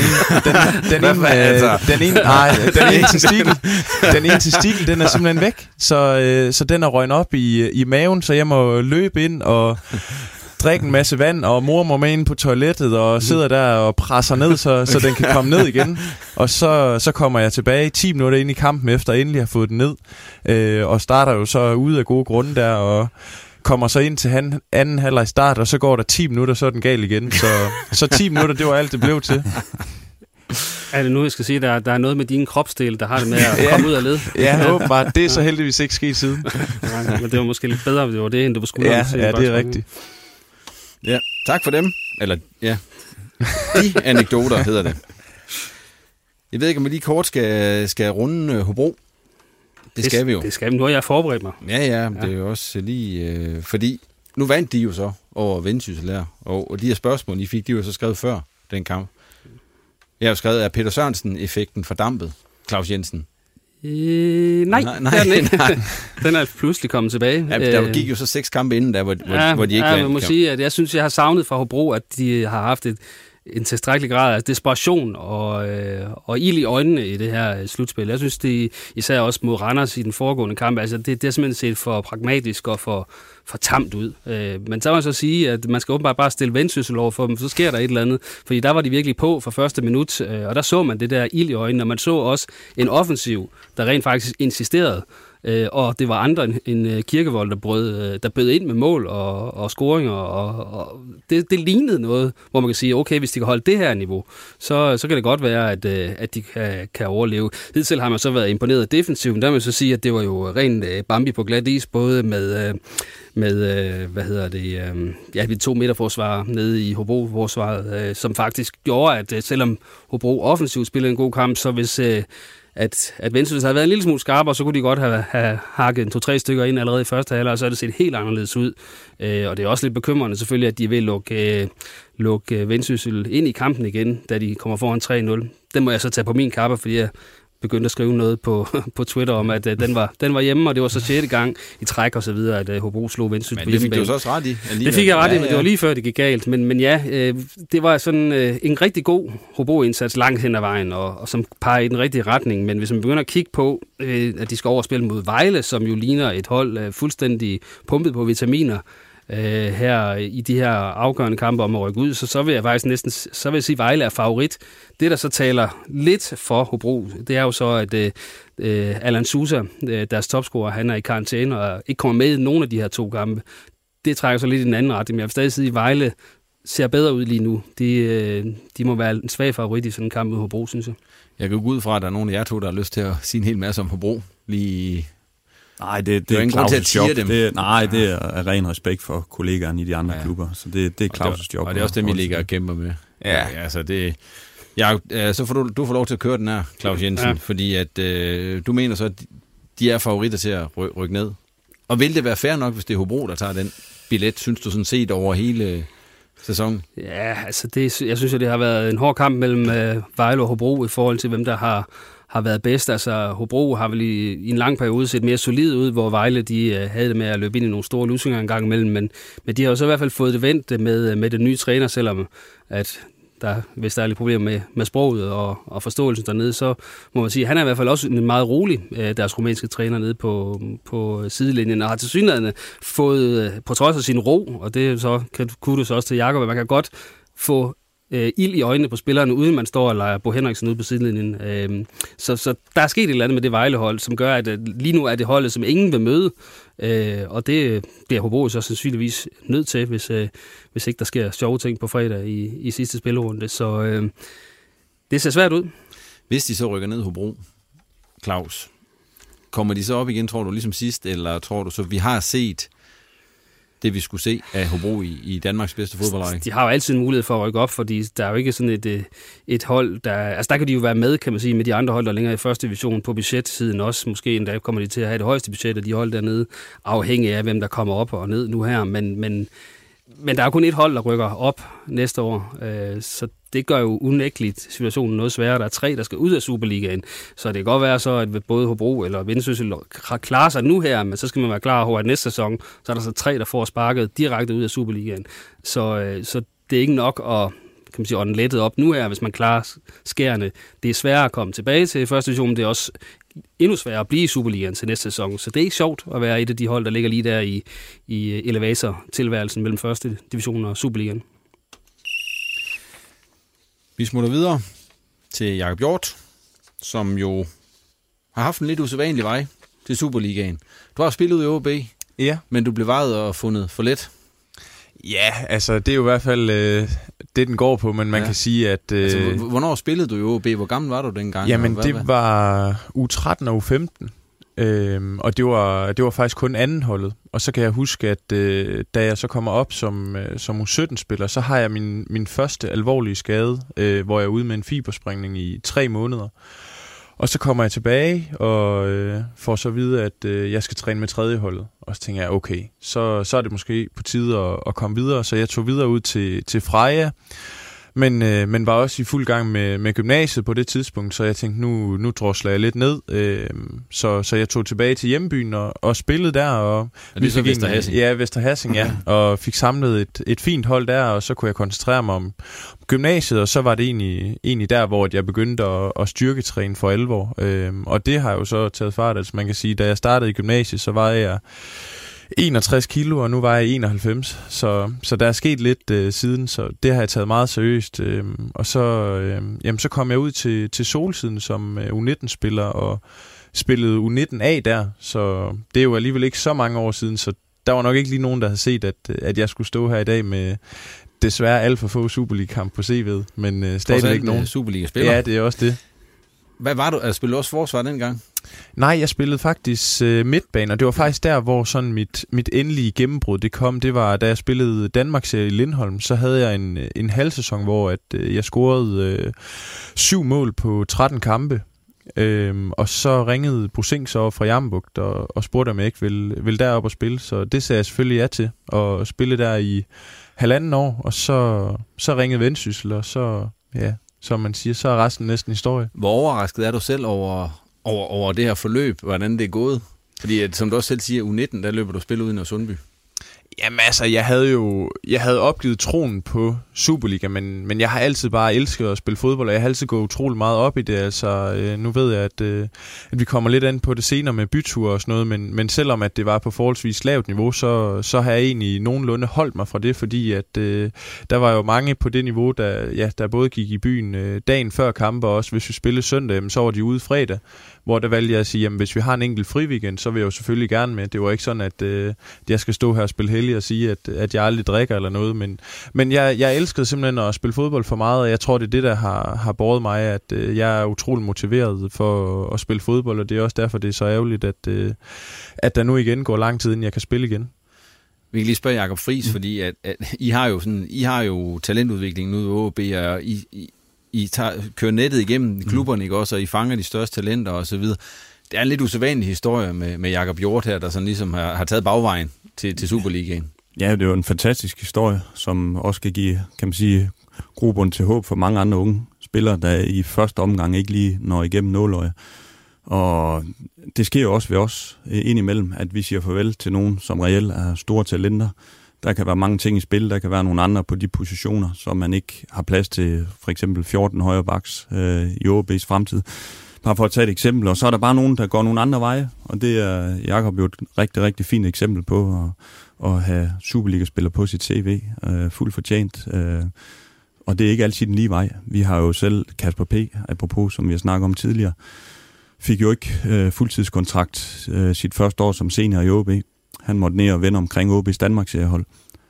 ene testikel, den er simpelthen væk. Så den er røgnet op i maven, så jeg må løbe ind og drikke en masse vand, og mor må med ind på toilettet og sidder der og presser ned, så den kan komme ned igen. Og så kommer jeg tilbage 10 minutter ind i kampen, efter endelig har fået den ned, og starter jo så ude af gode grunde der, og kommer så ind til anden halvleg start, og så går der 10 minutter, så er den gal igen. Så 10 minutter, det var alt, det blev til. Er det nu, jeg skal sige, der er noget med dine kropsdele, der har det med at komme ud af led? Ja, åbenbart. Det er så heldigvis ikke sket siden. Ja, men det var måske lidt bedre, hvis det var det, end det var skulderen. Ja, det er rigtigt. Ja, tak for dem. Eller, ja. De anekdoter hedder det. Jeg ved ikke, om vi lige kort skal runde Hobro. Det skal vi jo. Det skal vi. Nu har jeg forberedt mig. Ja, det er jo også lige... fordi nu vandt de jo så over Vendsyssel, og de her spørgsmål, I fik, de var så skrevet før den kamp. Jeg har jo skrevet, er Peter Sørensen-effekten fordampet, Claus Jensen? Nej. Den er pludselig kommet tilbage. Ja, der gik jo så 6 kampe inden, der, hvor de ikke vandt. Jeg må sige, at jeg synes, jeg har savnet fra Hobro, at de har haft en tilstrækkelig grad af desperation og ild i øjnene i det her slutspil. Jeg synes, det især også mod Randers i den foregående kamp, altså det er simpelthen set for pragmatisk og for tamt ud. Men så må jeg så sige, at man skal åbenbart bare stille Vendsyssel over for dem, så sker der et eller andet. Fordi der var de virkelig på fra første minut, og der så man det der ild i øjnene, og man så også en offensiv, der rent faktisk insisterede. Og det var andre end Kirkevold, der bød ind med mål og scoringer, og det lignede noget, hvor man kan sige, okay, hvis de kan holde det her niveau, så kan det godt være, at de kan overleve. Hidtil har man så været imponeret af defensiven, der vil man så sige, at det var jo rent Bambi på glat is, både med vi 2 meterforsvar nede i Hobro-forsvaret, som faktisk gjorde, at selvom Hobro offensivt spillede en god kamp, så hvis at Vendsyssel havde været en lille smule skarpere, så kunne de godt have hakket 2-3 stykker ind allerede i første halvleg, og så er det set helt anderledes ud. Og det er også lidt bekymrende selvfølgelig, at de vil lukke Vendsyssel ind i kampen igen, da de kommer foran 3-0. Den må jeg så tage på min kappe, fordi jeg begyndte at skrive noget på Twitter om, at den var hjemme, og det var så 6. gang i træk og så videre, at Hobro slog Vendsyssel på hjemmebane. Men det fik du så også ret i. Det fik jeg ret i, men det var lige før, det gik galt. Men ja, det var sådan en rigtig god Hobro-indsats langt hen ad vejen, og som peger i den rigtige retning. Men hvis man begynder at kigge på, at de skal overspille mod Vejle, som jo ligner et hold fuldstændig pumpet på vitaminer, her i de her afgørende kampe om at rykke ud, så vil jeg faktisk så vil jeg sige, at Vejle er favorit. Det, der så taler lidt for Hobro, det er jo så, at Allan Sousa, deres topscorer, han er i karantæne og ikke kommer med i nogen af de her 2 kampe. Det trækker så lidt i den anden retning, men jeg vil stadig sige, at Vejle ser bedre ud lige nu. De må være en svag favorit i sådan en kamp mod Hobro, synes jeg. Jeg kan gå ud fra, at der er nogen af jer 2, der har lyst til at sige en hel masse om Hobro lige Nej, det er Claus' job. Det er ren respekt for kollegaerne i de andre klubber. Så det er Claus' job. Og det er også dem, I ligger og kæmper med. Ja, altså det... så får du får lov til at køre den her, Claus Jensen, fordi at du mener så, at de er favoritter til at rykke ned. Og vil det være fair nok, hvis det er Hobro, der tager den billet, synes du sådan set over hele sæsonen? Ja, altså jeg synes, at det har været en hård kamp mellem Vejle og Hobro i forhold til, hvem der har været bedst. Altså Hobro har vel i en lang periode set mere solid ud, hvor Vejle de havde det med at løbe ind i nogle store lusinger en gang imellem, men de har jo så i hvert fald fået det vendt med den nye træner, selvom at hvis der er lidt problemer med sproget og forståelsen dernede, så må man sige, at han er i hvert fald også en meget rolig, deres rumænske træner nede på sidelinjen, og har tilsyneladende fået, på trods af sin ro, og det er så kudos også til Jakob, at man kan godt få ild i øjnene på spillerne, uden man står og leger Bo Henriksen ude på sidelinjen. Så der er sket et eller andet med det Vejle-hold, som gør, at lige nu er det holdet, som ingen vil møde, og det bliver Hobro så sandsynligvis nødt til, hvis ikke der sker sjove ting på fredag i sidste spillerunde. Så det ser svært ud. Hvis de så rykker ned Hobro, Claus, kommer de så op igen, tror du, ligesom sidst, eller tror du så, vi har set det, vi skulle se af Hobro i Danmarks bedste fodboldrække? De har jo altid en mulighed for at rykke op, fordi der er jo ikke sådan et hold, der kan de jo være med, kan man sige, med de andre hold, der er længere i første division på budgetsiden også. Måske endda kommer de til at have det højeste budget af de hold dernede, afhængig af, hvem der kommer op og ned nu her. Men der er jo kun et hold, der rykker op næste år, så det gør jo unægteligt situationen noget sværere. Der er 3, der skal ud af Superligaen, så det kan godt være så, at både Hobro eller Vendsyssel klarer sig nu her, men så skal man være klar over, at næste sæson, så er der så 3, der får sparket direkte ud af Superligaen. Så det er ikke nok at ånden lettet op nu her, hvis man klarer skærene. Det er sværere at komme tilbage til første division, det er også endnu sværere at blive i Superligaen til næste sæson. Så det er ikke sjovt at være et af de hold, der ligger lige der i elevator-tilværelsen mellem første division og Superligaen. Vi smutter videre til Jakob Hjort, som jo har haft en lidt usædvanlig vej til Superligaen. Du har spillet ud i OB, ja, men du blev vejet og fundet for let. Ja, altså det er jo i hvert fald det, den går på, men man kan sige, at... Altså, hvornår spillede du i OB? Hvor gammel var du dengang? Jamen, det var U13 og U15, og det var faktisk kun anden holdet. Og så kan jeg huske, at da jeg så kommer op som U17-spiller, så har jeg min første alvorlige skade, hvor jeg er ude med en fibersprængning i 3 måneder. Og så kommer jeg tilbage og får så at vide, at jeg skal træne med tredjeholdet. Og så tænker jeg, okay, så er det måske på tide at komme videre. Så jeg tog videre ud til Freja, men var også i fuld gang med gymnasiet på det tidspunkt. Så jeg tænkte, nu drosler jeg lidt ned. Så jeg tog tilbage til hjembyen og spillede der. Og det så Vester Hassing? Ja, Vester Hassing, ja. Og fik samlet et fint hold der, og så kunne jeg koncentrere mig om gymnasiet, og så var det egentlig der, hvor jeg begyndte at styrketræne for alvor. Og det har jo så taget fart. Altså man kan sige, da jeg startede i gymnasiet, så var jeg 61 kilo, og nu var jeg 91. Så der er sket lidt siden, så det har jeg taget meget seriøst. Og så kom jeg ud til Solsiden som U19-spiller, og spillede U19A der, så det er jo alligevel ikke så mange år siden, så der var nok ikke lige nogen, der havde set, at jeg skulle stå her i dag med desværre alt for få Superliga-kamp på CV'et, men stadigvæk nogen. Superliga-spiller? Ja, det er også det. Hvad var du? Altså, spillede du også forsvar dengang? Nej, jeg spillede faktisk midtbane, og det var faktisk der, hvor sådan mit endelige gennembrud det kom. Det var, da jeg spillede Danmarksserie i Lindholm, så havde jeg en halv sæson, hvor jeg scorede 7 mål på 13 kampe. Og så ringede Brusing så fra Jambugt og spurgte, om jeg ikke ville derop og spille. Så det sagde jeg selvfølgelig ja til, at spille der i 1,5 år. Og så ringede Vendsyssel, og så, ja, som man siger, så er resten næsten historie. Hvor overrasket er du selv over det her forløb, hvordan det er gået? Fordi som du også selv siger, U19, der løber du spil ud i Sundby. Jamen altså, jeg havde opgivet troen på Superliga, men jeg har altid bare elsket at spille fodbold, og jeg har altid gået utrolig meget op i det. Altså, nu ved jeg, at vi kommer lidt an på det senere med byture og sådan noget, men selvom at det var på forholdsvis lavt niveau, så har jeg egentlig nogenlunde holdt mig fra det, fordi at der var jo mange på det niveau, der både gik i byen dagen før kampe, og også hvis vi spillede søndag, så var de ude fredag, hvor der valgte jeg at sige, jamen hvis vi har en enkelt friweekend, så vil jeg jo selvfølgelig gerne med. Det var ikke sådan, at jeg skal stå her og spille helgen ærlig at sige, at jeg aldrig drikker eller noget, men jeg elskede simpelthen at spille fodbold for meget, og jeg tror, det er det, der har båret mig, at jeg er utrolig motiveret for at spille fodbold, og det er også derfor, det er så ærgerligt, at der nu igen går lang tid, inden jeg kan spille igen. Vi kan lige spørge Jakob Friis, fordi at I har jo talentudvikling nu i OB, og I kører nettet igennem klubberne, ikke også, og I fanger de største talenter og så videre. Det er en lidt usædvanlig historie med Jakob Hjort her, der sådan ligesom har taget bagvejen til Superligaen. Ja, det er jo en fantastisk historie, som også kan give, kan man sige, grobund til håb for mange andre unge spillere, der i første omgang ikke lige når igennem nåløje. Og det sker jo også ved os indimellem, at vi siger farvel til nogen, som reelt er store talenter. Der kan være mange ting i spil, der kan være nogle andre på de positioner, som man ikke har plads til, for eksempel 14 højre backs i OB's fremtid. Bare for at tage et eksempel, og så er der bare nogen, der går nogle andre veje, og det er Jakob jo et rigtig, rigtig fint eksempel på at have Superliga-spiller på sit CV, fuldt fortjent. Og det er ikke altid den lige vej. Vi har jo selv Kasper P., apropos, som vi har snakket om tidligere, fik jo ikke fuldtidskontrakt sit første år som senior i OB. Han måtte ned og vende omkring OB's Danmarksseriehold.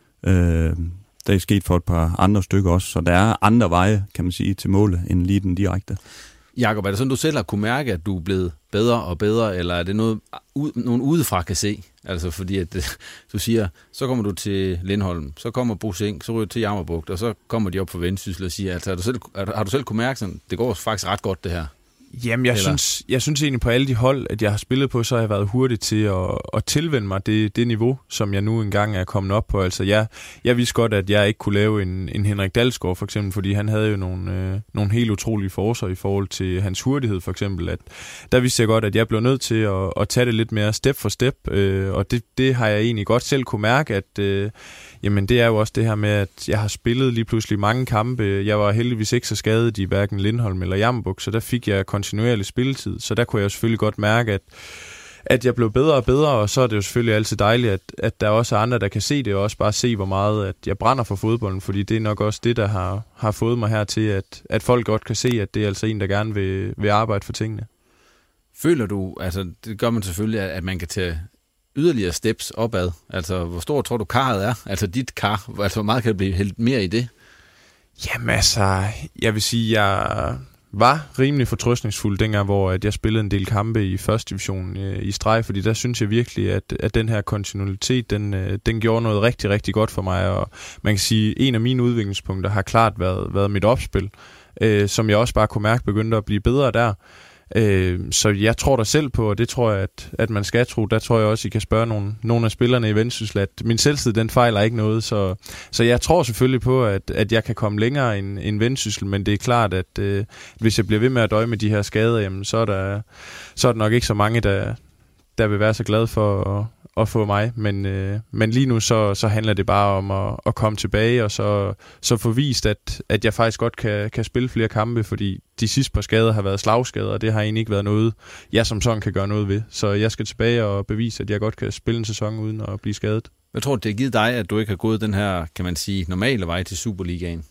Der er sket for et par andre stykker også, så der er andre veje, kan man sige, til målet end lige den direkte. Jakob, er det sådan, du selv har kunne mærke, at du er blevet bedre og bedre, eller er det noget, nogen udefra kan se? Altså fordi, at du siger, så kommer du til Lindholm, så kommer Bosing, så ryger du til Jammerbugt, og så kommer de op for Vendsyssel og siger, altså har du selv kunne mærke sådan, det går faktisk ret godt det her? Jamen, jeg synes egentlig på alle de hold, at jeg har spillet på, så har jeg været hurtig til at tilvende mig det niveau, som jeg nu engang er kommet op på. Altså, jeg vidste godt, at jeg ikke kunne lave en Henrik Dalsgaard, for eksempel, fordi han havde jo nogle helt utrolige forser i forhold til hans hurtighed, for eksempel. At der vidste jeg godt, at jeg blev nødt til at tage det lidt mere step for step, og det har jeg egentlig godt selv kunne mærke, at jamen, det er jo også det her med, at jeg har spillet lige pludselig mange kampe. Jeg var heldigvis ikke så skadet i hverken Lindholm eller Jammerbugt, så der fik jeg kontinuerlig spilletid. Så der kunne jeg jo selvfølgelig godt mærke, at jeg blev bedre og bedre, og så er det jo selvfølgelig altid dejligt, at der også er andre, der kan se det, og også bare se, hvor meget at jeg brænder for fodbolden, fordi det er nok også det, der har fået mig her til, at folk godt kan se, at det er altså en, der gerne vil arbejde for tingene. Føler du, altså det gør man selvfølgelig, at man kan tage yderligere steps opad? Altså, hvor stor tror du karret er? Altså dit kar, altså hvor meget kan det blive hældt mere i det? Jamen altså, jeg vil sige, jeg var rimelig fortrøstningsfuld dengang, hvor jeg spillede en del kampe i første division i streg, fordi der synes jeg virkelig, at den her kontinuitet, den gjorde noget rigtig, rigtig godt for mig, og man kan sige, en af mine udviklingspunkter har klart været mit opspil, som jeg også bare kunne mærke begyndte at blive bedre der. Så jeg tror der selv på, og det tror jeg, at man skal tro. Der tror jeg også, I kan spørge nogle af spillerne i Vendsyssel, at min selvtid, den fejler ikke noget. Så jeg tror selvfølgelig på, at jeg kan komme længere end Vendsyssel, men det er klart, at hvis jeg bliver ved med at døje med de her skader, jamen, så er der nok ikke så mange, der vil være så glade for at få mig. Men lige nu så handler det bare om at komme tilbage, og så få vist, at jeg faktisk godt kan spille flere kampe, fordi de sidste par skader har været slagskader, og det har egentlig ikke været noget, jeg som sådan kan gøre noget ved. Så jeg skal tilbage og bevise, at jeg godt kan spille en sæson uden at blive skadet. Hvad tror du, det har givet dig, at du ikke har gået den her, kan man sige, normale vej til Superligaen?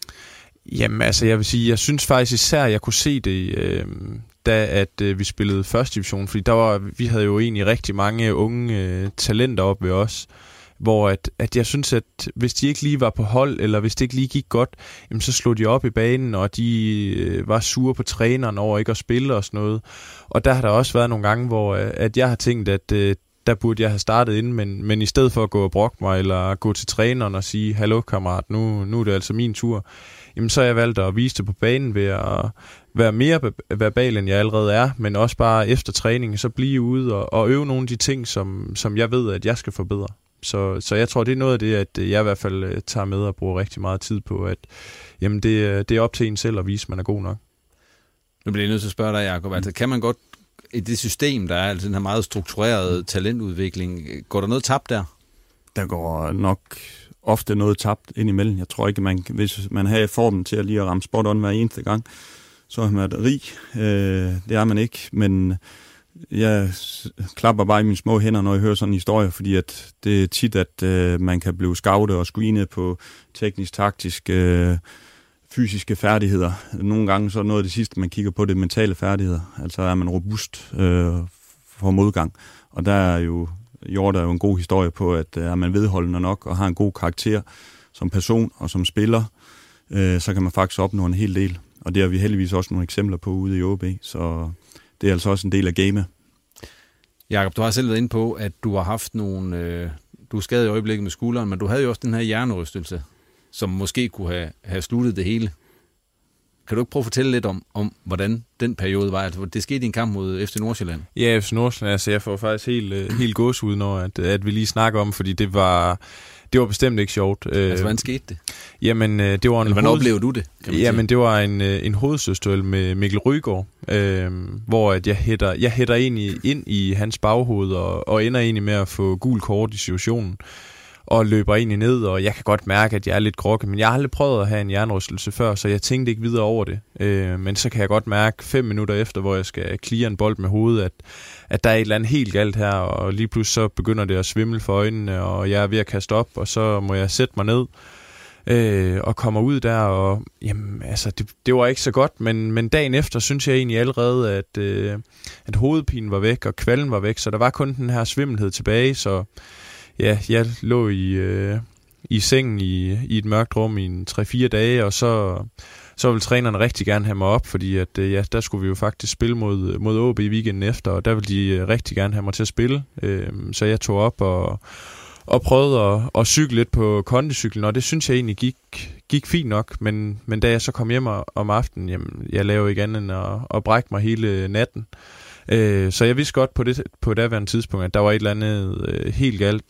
Jamen altså, jeg vil sige, jeg synes faktisk især, at jeg kunne se det, da vi spillede første division, fordi vi havde jo egentlig rigtig mange unge talenter op ved os, hvor at jeg synes, at hvis de ikke lige var på hold, eller hvis det ikke lige gik godt, jamen så slog de op i banen, og de var sure på træneren over ikke at spille og sådan noget. Og der har der også været nogle gange, hvor at jeg har tænkt, at der burde jeg have startet inden, men i stedet for at gå og brokke mig, eller gå til træneren og sige, hallo kammerat, nu er det altså min tur, jamen så har jeg valgt at vise det på banen ved at være mere verbal, end jeg allerede er, men også bare efter træningen, så blive ude og øve nogle af de ting, som jeg ved, at jeg skal forbedre. Så jeg tror, det er noget af det, at jeg i hvert fald tager med og bruger rigtig meget tid på, at jamen det er op til en selv at vise, at man er god nok. Nu bliver jeg nødt til at spørge dig, Jacob, altså kan man godt i det system, der er altså den her meget strukturerede talentudvikling, går der noget tabt der? Der går nok ofte noget tabt indimellem. Jeg tror ikke, hvis man har formen til at lige at ramme spot on hver eneste gang, så er man rig. Det er man ikke, men jeg klapper bare i mine små hænder, når jeg hører sådan en historie, fordi at det er tit, at man kan blive scoutet og screenet på teknisk-taktisk fysiske færdigheder. Nogle gange så er noget af det sidste, man kigger på, det mentale færdigheder. Altså er man robust for modgang. Og der er jo Hjort er jo en god historie på, at er man vedholdende nok og har en god karakter som person og som spiller, så kan man faktisk opnå en hel del. Og det har vi heldigvis også nogle eksempler på ude i OB, så det er altså også en del af gamet. Jakob, du har selv været inde på, at du har haft nogle... du er skadet i øjeblikket med skulderen, men du havde jo også den her hjernerystelse, som måske kunne have sluttet det hele. Kan du ikke prøve at fortælle lidt om hvordan den periode var? Altså, det skete i en kamp mod FC Nordsjælland. Ja, FC Nordsjælland, altså jeg får faktisk helt gåsehud, når at vi lige snakker om, fordi det var bestemt ikke sjovt. Altså, hvordan skete det? Jamen, det var hvordan oplevede du det? Jamen, det var en hovedstødsduel med Mikkel Rygaard, hvor at jeg hætter ind i hans baghoved og ender egentlig med at få gul kort i situationen. Og løber egentlig ned, og jeg kan godt mærke, at jeg er lidt groggy, men jeg har aldrig prøvet at have en hjernerystelse før, så jeg tænkte ikke videre over det. Men så kan jeg godt mærke 5 minutter efter, hvor jeg skal cleare en bold med hovedet, at der er et eller andet helt galt her, og lige pludselig så begynder det at svimle for øjnene, og jeg er ved at kaste op, og så må jeg sætte mig ned og kommer ud der, og jamen, altså, det var ikke så godt, men dagen efter synes jeg egentlig allerede, at hovedpinen var væk, og kvalmen var væk, så der var kun den her svimmelhed tilbage, så ja, jeg lå i sengen i et mørkt rum i 3-4 dage, og så ville trænerne rigtig gerne have mig op, fordi at, der skulle vi jo faktisk spille mod OB i weekenden efter, og der ville de rigtig gerne have mig til at spille. Så jeg tog op og prøvede at cykle lidt på kondicyklen, og det synes jeg egentlig gik fint nok, men da jeg så kom hjem om aftenen, jamen, jeg lavede ikke andet end at brække mig hele natten. Så jeg vidste godt på det daværende tidspunkt, at der var et eller andet helt galt.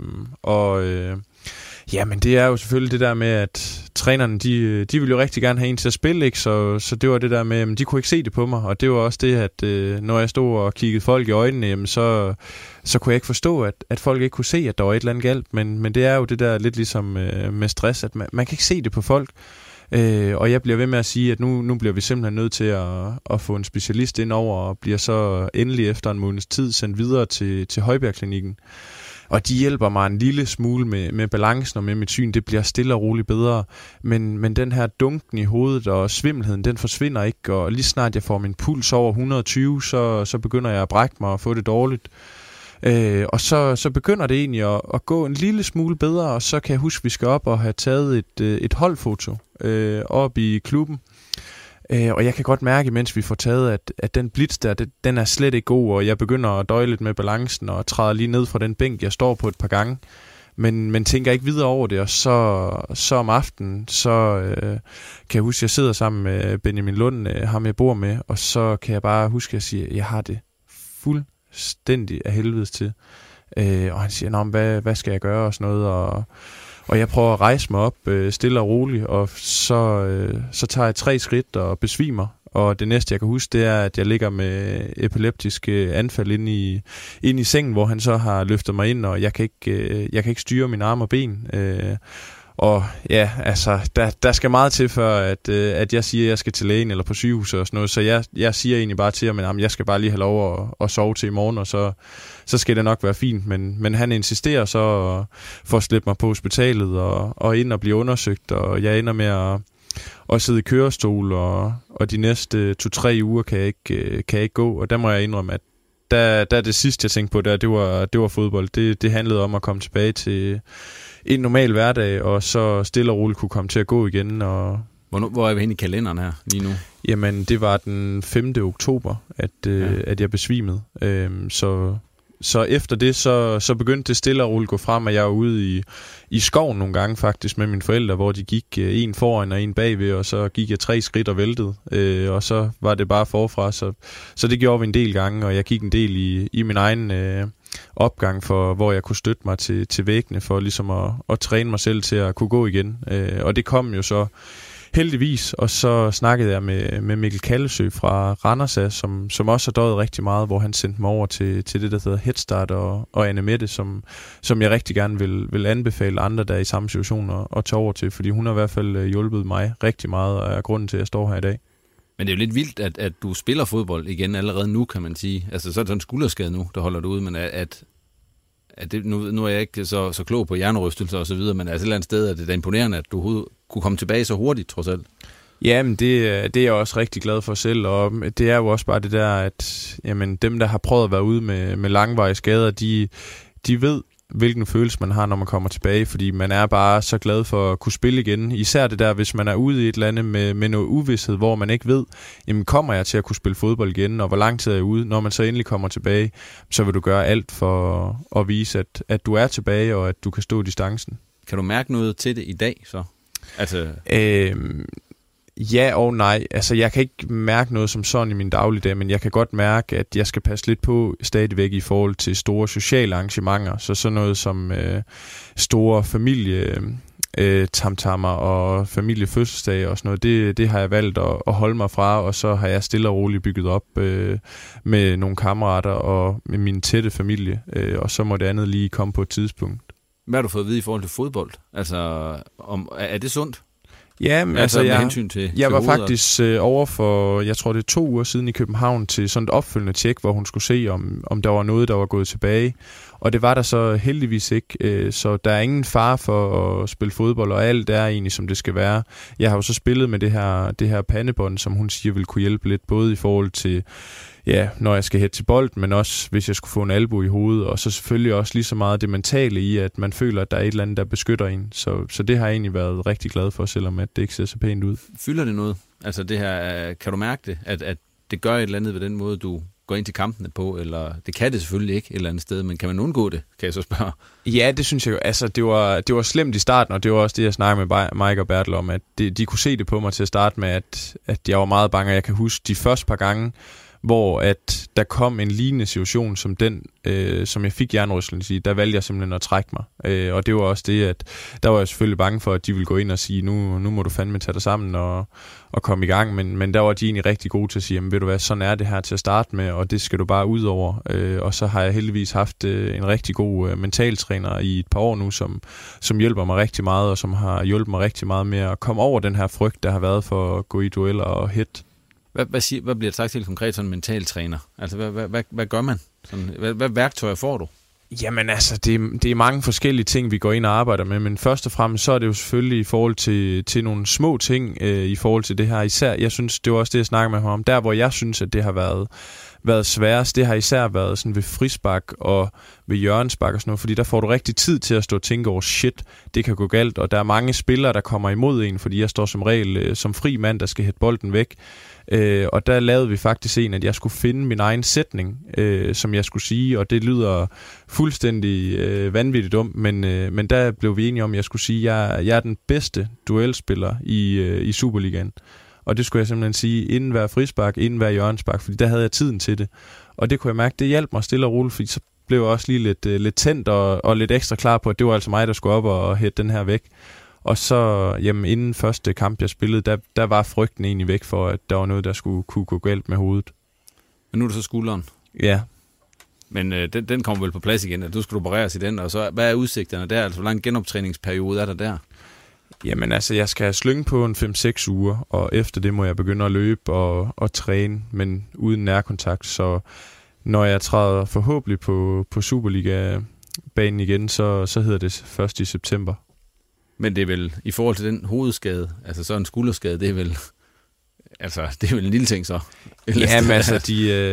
Men det er jo selvfølgelig det der med, at trænerne, de ville jo rigtig gerne have en til at spille, ikke? Så det var det der med, at de kunne ikke se det på mig. Og det var også det, at når jeg stod og kiggede folk i øjnene, jamen, så kunne jeg ikke forstå, at folk ikke kunne se, at der var et eller andet galt. Men det er jo det der lidt ligesom med stress, at man kan ikke se det på folk. Og jeg bliver ved med at sige, at nu bliver vi simpelthen nødt til at få en specialist ind over, og bliver så endelig efter en måneds tid sendt videre til Højbjergklinikken. Og de hjælper mig en lille smule med balancen og med mit syn. Det bliver stille og roligt bedre. Men den her dunken i hovedet og svimmelheden, den forsvinder ikke. Og lige snart jeg får min puls over 120, så begynder jeg at brække mig og få det dårligt. Og så begynder det egentlig at gå en lille smule bedre, og så kan jeg huske, at vi skal op og have taget et holdfoto op i klubben. Og jeg kan godt mærke, mens vi får taget, at den blitz der, den er slet ikke god, og jeg begynder at døje lidt med balancen og træder lige ned fra den bænk, jeg står på et par gange. Men tænker ikke videre over det, og så om aftenen, kan jeg huske, at jeg sidder sammen med Benjamin Lund, ham jeg bor med, og så kan jeg bare huske at sige, at jeg har det fuldstændig af helvedes til. Og han siger, hvad skal jeg gøre og sådan noget, og jeg prøver at rejse mig op stille og roligt, og så tager jeg 3 skridt og besvimer. Og det næste, jeg kan huske, det er, at jeg ligger med epileptiske anfald inde i sengen, hvor han så har løftet mig ind, og jeg kan ikke styre mine arme og ben. Og ja, altså, der skal meget til, før at jeg siger, at jeg skal til lægen eller på sygehuset og sådan noget. Så jeg siger egentlig bare til ham, at jeg skal bare lige have lov at sove til i morgen, og så skal det nok være fint. Men han insisterer så for at slippe mig på hospitalet og ind og blive undersøgt, og jeg ender med at sidde i kørestol, og de næste 2-3 uger kan jeg ikke gå. Og der må jeg indrømme, at der det sidste, jeg tænkte på, det var fodbold. Det handlede om at komme tilbage til en normal hverdag, og så stille og roligt kunne komme til at gå igen. Og hvor er vi henne i kalenderen her lige nu? Jamen, det var den 5. oktober, at jeg besvimede. Så efter det, så begyndte det stille og roligt gå frem, og jeg var ude i skoven nogle gange faktisk med mine forældre, hvor de gik en foran og en bagved, og så gik jeg 3 skridt og væltede, og så var det bare forfra. Så det gjorde vi en del gange, og jeg gik en del i min egen opgang, hvor jeg kunne støtte mig til væggene, for ligesom at træne mig selv til at kunne gå igen. Og det kom jo så heldigvis, og så snakkede jeg med Mikkel Kallesø fra Randers, som også har døjet rigtig meget, hvor han sendte mig over til det, der hedder Head Start og Anne Mette, som jeg rigtig gerne vil anbefale andre, der er i samme situation at tage over til, fordi hun har i hvert fald hjulpet mig rigtig meget, og er grunden til, at jeg står her i dag. Men det er jo lidt vildt, at du spiller fodbold igen allerede nu, kan man sige. Altså, så er det sådan en skulderskade nu, der holder du ud, men at det, nu er jeg ikke så klog på hjernerystelser og så videre, men altså et eller andet sted er det da imponerende, at du kunne komme tilbage så hurtigt, trods alt. Ja, men det er jeg også rigtig glad for selv, og det er jo også bare det der, at jamen, dem, der har prøvet at være ude med langvarige skader, de ved, hvilken følelse man har, når man kommer tilbage, fordi man er bare så glad for at kunne spille igen. Især det der, hvis man er ude i et eller andet med noget uvished, hvor man ikke ved, jamen kommer jeg til at kunne spille fodbold igen, og hvor lang tid er jeg ude. Når man så endelig kommer tilbage, så vil du gøre alt for at vise, at du er tilbage, og at du kan stå distancen. Kan du mærke noget til det i dag så? Altså... Ja og nej. Altså, jeg kan ikke mærke noget som sådan i min dagligdag, men jeg kan godt mærke, at jeg skal passe lidt på stadigvæk i forhold til store sociale arrangementer. Så sådan noget som store tamtammer og familiefødselsdage og sådan noget, det har jeg valgt at holde mig fra, og så har jeg stille og roligt bygget op med nogle kammerater og med min tætte familie, og så må det andet lige komme på et tidspunkt. Hvad har du fået at vide i forhold til fodbold? Altså, er det sundt? Ja, altså jeg var hovedet. Faktisk over for, jeg tror det er 2 uger siden i København, til sådan et opfølgende tjek, hvor hun skulle se, om der var noget, der var gået tilbage. Og det var der så heldigvis ikke, så der er ingen fare for at spille fodbold, og alt er egentlig, som det skal være. Jeg har jo så spillet med det her pandebånd, som hun siger vil kunne hjælpe lidt, både i forhold til, ja, når jeg skal hætte til bold, men også hvis jeg skulle få en albue i hovedet, og så selvfølgelig også lige så meget det mentale i, at man føler, at der er et eller andet, der beskytter en. Så det har jeg egentlig været rigtig glad for, selvom at det ikke ser så pænt ud. Fylder det noget? Altså det her, kan du mærke det, at det gør et eller andet ved den måde, du går ind til kampene på, eller det kan det selvfølgelig ikke et eller andet sted, men kan man undgå det, kan jeg så spørge? Ja, det synes jeg jo. Altså, det var slemt i starten, og det var også det, jeg snakkede med Mike og Bertel om, at de kunne se det på mig til at starte med, at jeg var meget bange, og jeg kan huske de første par gange, hvor at der kom en lignende situation som den, som jeg fik hjernerystelse i, der valgte jeg simpelthen at trække mig. Og det var også det, at der var jeg selvfølgelig bange for, at de ville gå ind og sige, nu må du fandme tage dig sammen og komme i gang. Men der var de egentlig rigtig gode til at sige, jamen ved du hvad, sådan er det her til at starte med, og det skal du bare ud over. Og så har jeg heldigvis haft en rigtig god mentaltræner i et par år nu, som hjælper mig rigtig meget, og som har hjulpet mig rigtig meget med at komme over den her frygt, der har været for at gå i dueller og hit. Hvad bliver det sagt helt konkret sådan en mentaltræner? Altså, hvad gør man? Sådan, hvad værktøjer får du? Jamen altså, det er mange forskellige ting, vi går ind og arbejder med, men først og fremmest, så er det jo selvfølgelig i forhold til nogle små ting i forhold til det her. Især, jeg synes, det var også det, jeg snakker med ham om. Der, hvor jeg synes, at det har været sværest, det har især været sådan ved frispark og ved hjørnespark og sådan noget, fordi der får du rigtig tid til at stå og tænke over, shit, det kan gå galt, og der er mange spillere, der kommer imod en, fordi jeg står som regel som fri mand, der skal hætte bolden væk. Og der lavede vi faktisk en, at jeg skulle finde min egen sætning, som jeg skulle sige, og det lyder fuldstændig vanvittigt dumt, men der blev vi enige om, at jeg skulle sige, at jeg er den bedste duelspiller i Superligaen. Og det skulle jeg simpelthen sige, inden hver frispark, inden hver hjørnespark, fordi der havde jeg tiden til det. Og det kunne jeg mærke, det hjalp mig stille og roligt, fordi så blev jeg også lige lidt tændt og lidt ekstra klar på, at det var altså mig, der skulle op og hætte den her væk. Og så, inden første kamp, jeg spillede, der var frygten egentlig væk for, at der var noget, der skulle kunne gå galt med hovedet. Men nu er det så skulderen? Ja. Men den kommer vel på plads igen, at du skal opereres i den, og så hvad er udsigterne der? Altså, hvor lang genoptræningsperiode er der? Jamen altså, jeg skal slynge på en 5-6 uger, og efter det må jeg begynde at løbe og træne, men uden nærkontakt. Så når jeg træder forhåbentlig på Superliga-banen igen, så hedder det først i september. Men det er vel, i forhold til den hovedskade, altså så en skulderskade, det er vel en lille ting så? Ja, men altså,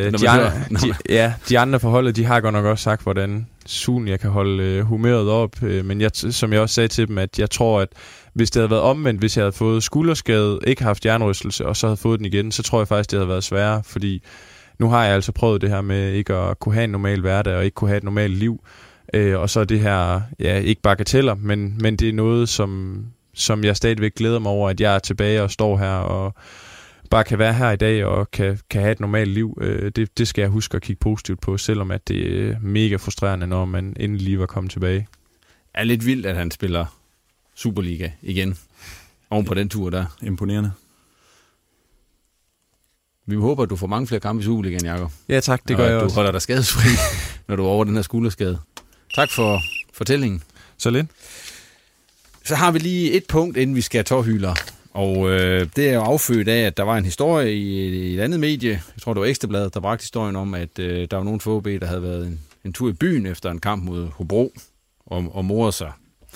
de andre forholdet, de har godt nok også sagt, hvordan jeg kan holde humøret op. Men som jeg også sagde til dem, at jeg tror, at hvis det havde været omvendt, hvis jeg havde fået skulderskade, ikke haft hjernerystelse, og så havde fået den igen, så tror jeg faktisk, det havde været sværere, fordi nu har jeg altså prøvet det her med ikke at kunne have en normal hverdag, og ikke kunne have et normalt liv. Og så er det her, ikke bagateller, men det er noget, som jeg stadigvæk glæder mig over, at jeg er tilbage og står her og bare kan være her i dag og kan have et normalt liv. Det skal jeg huske at kigge positivt på, selvom at det er mega frustrerende, når man endelig lige var kommet tilbage. Er lidt vildt, at han spiller Superliga igen oven på den tur der. Imponerende. Vi håber, at du får mange flere kampe i Superligaen, Jakob. Ja tak, det gør jeg også. Du holder dig skadesfri, når du er over den her skulderskade. Tak for fortællingen. Så lidt. Så har vi lige et punkt, inden vi skal have tårhyler. Og det er jo affødt af, at der var en historie i et andet medie. Jeg tror, det var Ekstrabladet, der bragte historien om, at der var nogen fra OB, der havde været en tur i byen efter en kamp mod Hobro og morede sig.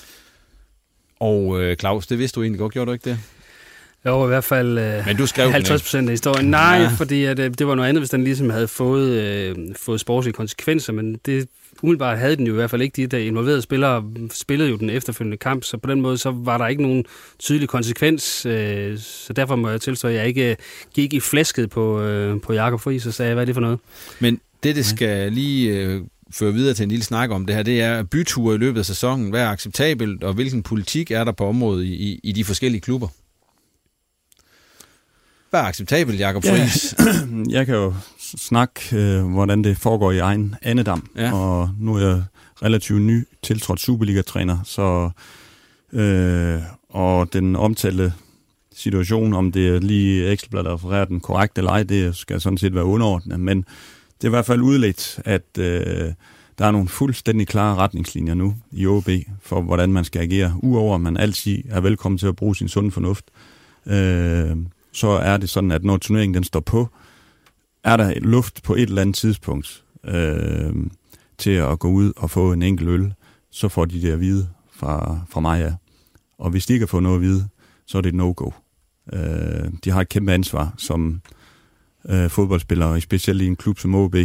Og Claus, det vidste du egentlig godt, gjorde du ikke det? Jo, i hvert fald men du skrev 50% af historien. Nej, fordi det var noget andet, hvis den ligesom havde fået sportslige konsekvenser, men det umiddelbart havde den jo i hvert fald ikke. De der involverede spillere spillede jo den efterfølgende kamp, så på den måde så var der ikke nogen tydelig konsekvens. Så derfor må jeg tilstå, at jeg ikke gik i flæsket på Jakob Friis og sagde, hvad er det for noget? Men det skal lige føre videre til en lille snak om det her, det er byture i løbet af sæsonen. Hvad er acceptabelt, og hvilken politik er der på området i de forskellige klubber? Hvad er acceptabelt, Jakob Friis? Jeg kan jo snakke, hvordan det foregår i egen andedam, og nu er jeg relativt ny tiltrådt Superliga-træner, så og den omtalte situation, om det er lige Ekstrabladet der refererer den korrekt eller ej, det skal sådan set være underordnet, men det er i hvert fald udledt, at der er nogle fuldstændig klare retningslinjer nu i OB for, hvordan man skal agere, uover at man altid er velkommen til at bruge sin sunde fornuft. Så er det sådan, at når turneringen den står på, er der luft på et eller andet tidspunkt til at gå ud og få en enkelt øl, så får de det at vide fra mig af. Og hvis de ikke har fået noget at vide, så er det et no-go. De har et kæmpe ansvar som fodboldspillere, specielt i en klub som OB.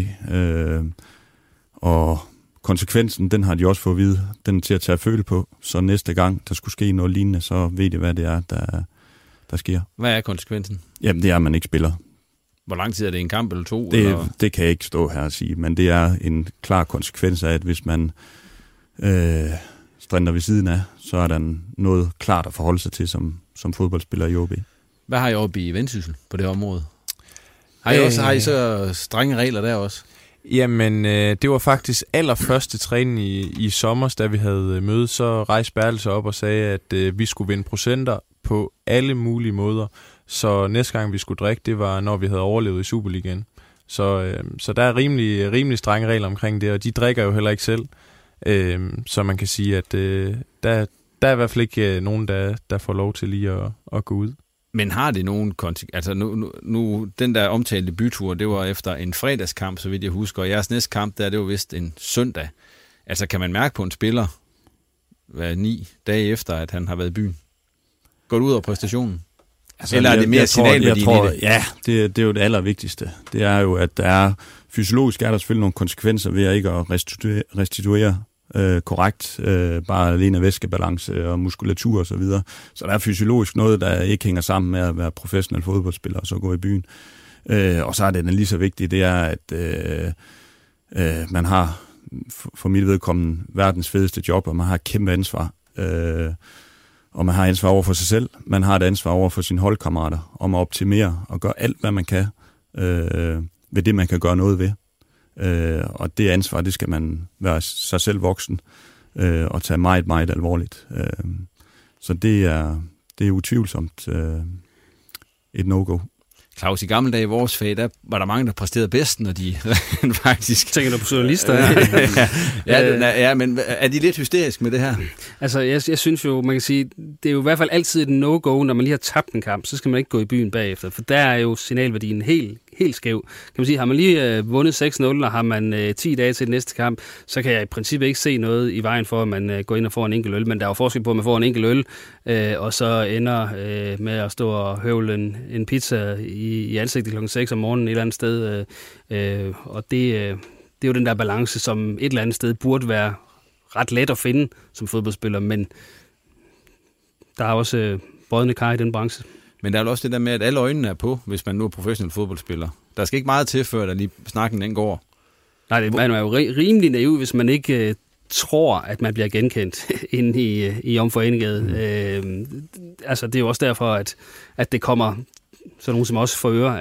Og konsekvensen, den har de også fået at vide. Den er til at tage at føle på, så næste gang der skulle ske noget lignende, så ved de, hvad det er, der sker. Hvad er konsekvensen? Jamen, det er, at man ikke spiller. Hvor lang tid er det, en kamp eller to? Det kan jeg ikke stå her og sige, men det er en klar konsekvens af, at hvis man strænder ved siden af, så er der noget klart at forholde sig til som fodboldspiller i OB. Hvad har I oppe i Vendsyssel på det område? Har I så strenge regler der også? Jamen, det var faktisk allerførste træning i sommer, da vi havde møde, så rejste Bertel sig op og sagde, at vi skulle vinde procenter på alle mulige måder. Så næste gang vi skulle drikke, det var, når vi havde overlevet i Superligaen. Så der er rimelig strenge regler omkring det, og de drikker jo heller ikke selv. Så man kan sige, at der er i hvert fald ikke nogen, der får lov til lige at gå ud. Men har det nogen altså nu den der omtalte bytur, det var efter en fredagskamp, så vidt jeg husker, og jeres næste kamp, det var vist en søndag. Altså kan man mærke på en spiller, 9 dage efter, at han har været i byen? Går du ud over præstationen? Altså, eller er det mere signalværdien i det? Ja, det er jo det allervigtigste. Det er jo, at der er fysiologisk er der selvfølgelig nogle konsekvenser ved at ikke at restituere korrekt, bare alene væskebalance og muskulatur og så videre. Så der er fysiologisk noget, der ikke hænger sammen med at være professionel fodboldspiller og så gå i byen. Og så er det lige så vigtigt, det er, at man har for mit vedkommende verdens fedeste job, og man har et kæmpe ansvar. Og man har ansvar over for sig selv, man har et ansvar over for sine holdkammerater, om at optimere og gøre alt, hvad man kan ved det, man kan gøre noget ved. Og det ansvar, det skal man være sig selv voksen og tage meget, meget alvorligt. Så det er utvivlsomt et no-go. Claus, i gamle dage i vores fag, der var der mange, der præsterede bedst, når de faktisk... Tænker du på journalister? ja, men er de lidt hysteriske med det her? Altså, jeg synes jo, man kan sige, det er jo i hvert fald altid et no-go, når man lige har tabt en kamp, så skal man ikke gå i byen bagefter, for der er jo signalværdien helt skæv. Kan man sige, har man lige vundet 6-0, og har man 10 dage til den næste kamp, så kan jeg i princippet ikke se noget i vejen for, at man går ind og får en enkelt øl, men der er jo forskel på, at man får en enkelt øl, og så ender med at stå og høvle en pizza i ansigtet klokken 6 om morgenen et eller andet sted, og det er jo den der balance, som et eller andet sted burde være ret let at finde som fodboldspiller, men der er også brødende kar i den branche. Men der er jo også det der med, at alle øjnene er på, hvis man nu er professionel fodboldspiller. Der skal ikke meget til, før der lige snakken den går. Nej, man er jo rimelig naiv, hvis man ikke tror, at man bliver genkendt inde i Omforeningade. Altså, det er jo også derfor, at det kommer så nogen som også for øre,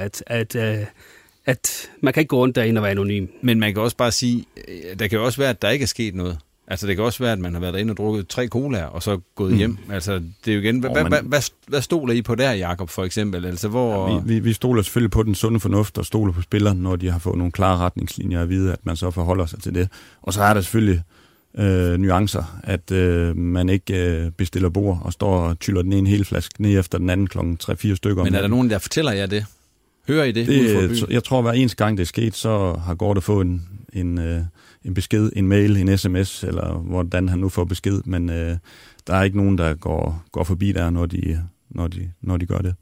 at man kan ikke gå rundt derinde og være anonym. Men man kan også bare sige, der kan jo også være, at der ikke er sket noget. Altså, det kan også være, at man har været derinde og drukket 3 colaer, og så gået hjem. Altså, det er jo igen... Hvad stoler I på der, Jakob, for eksempel? Altså, hvor... Vi stoler selvfølgelig på den sunde fornuft, og stoler på spillerne, når de har fået nogle klare retningslinjer at vide, at man så forholder sig til det. Og så er der selvfølgelig nuancer, at man ikke bestiller bord og står og tyller den ene hele flaske ned efter den anden klokken 3-4 stykker. Men er der nogen, der fortæller jer det? Hører I det? Jeg tror, hver eneste gang det er sket, så har Gorte fået en besked, en mail, en sms, eller hvordan han nu får besked, men der er ikke nogen, der går forbi der, når de gør det.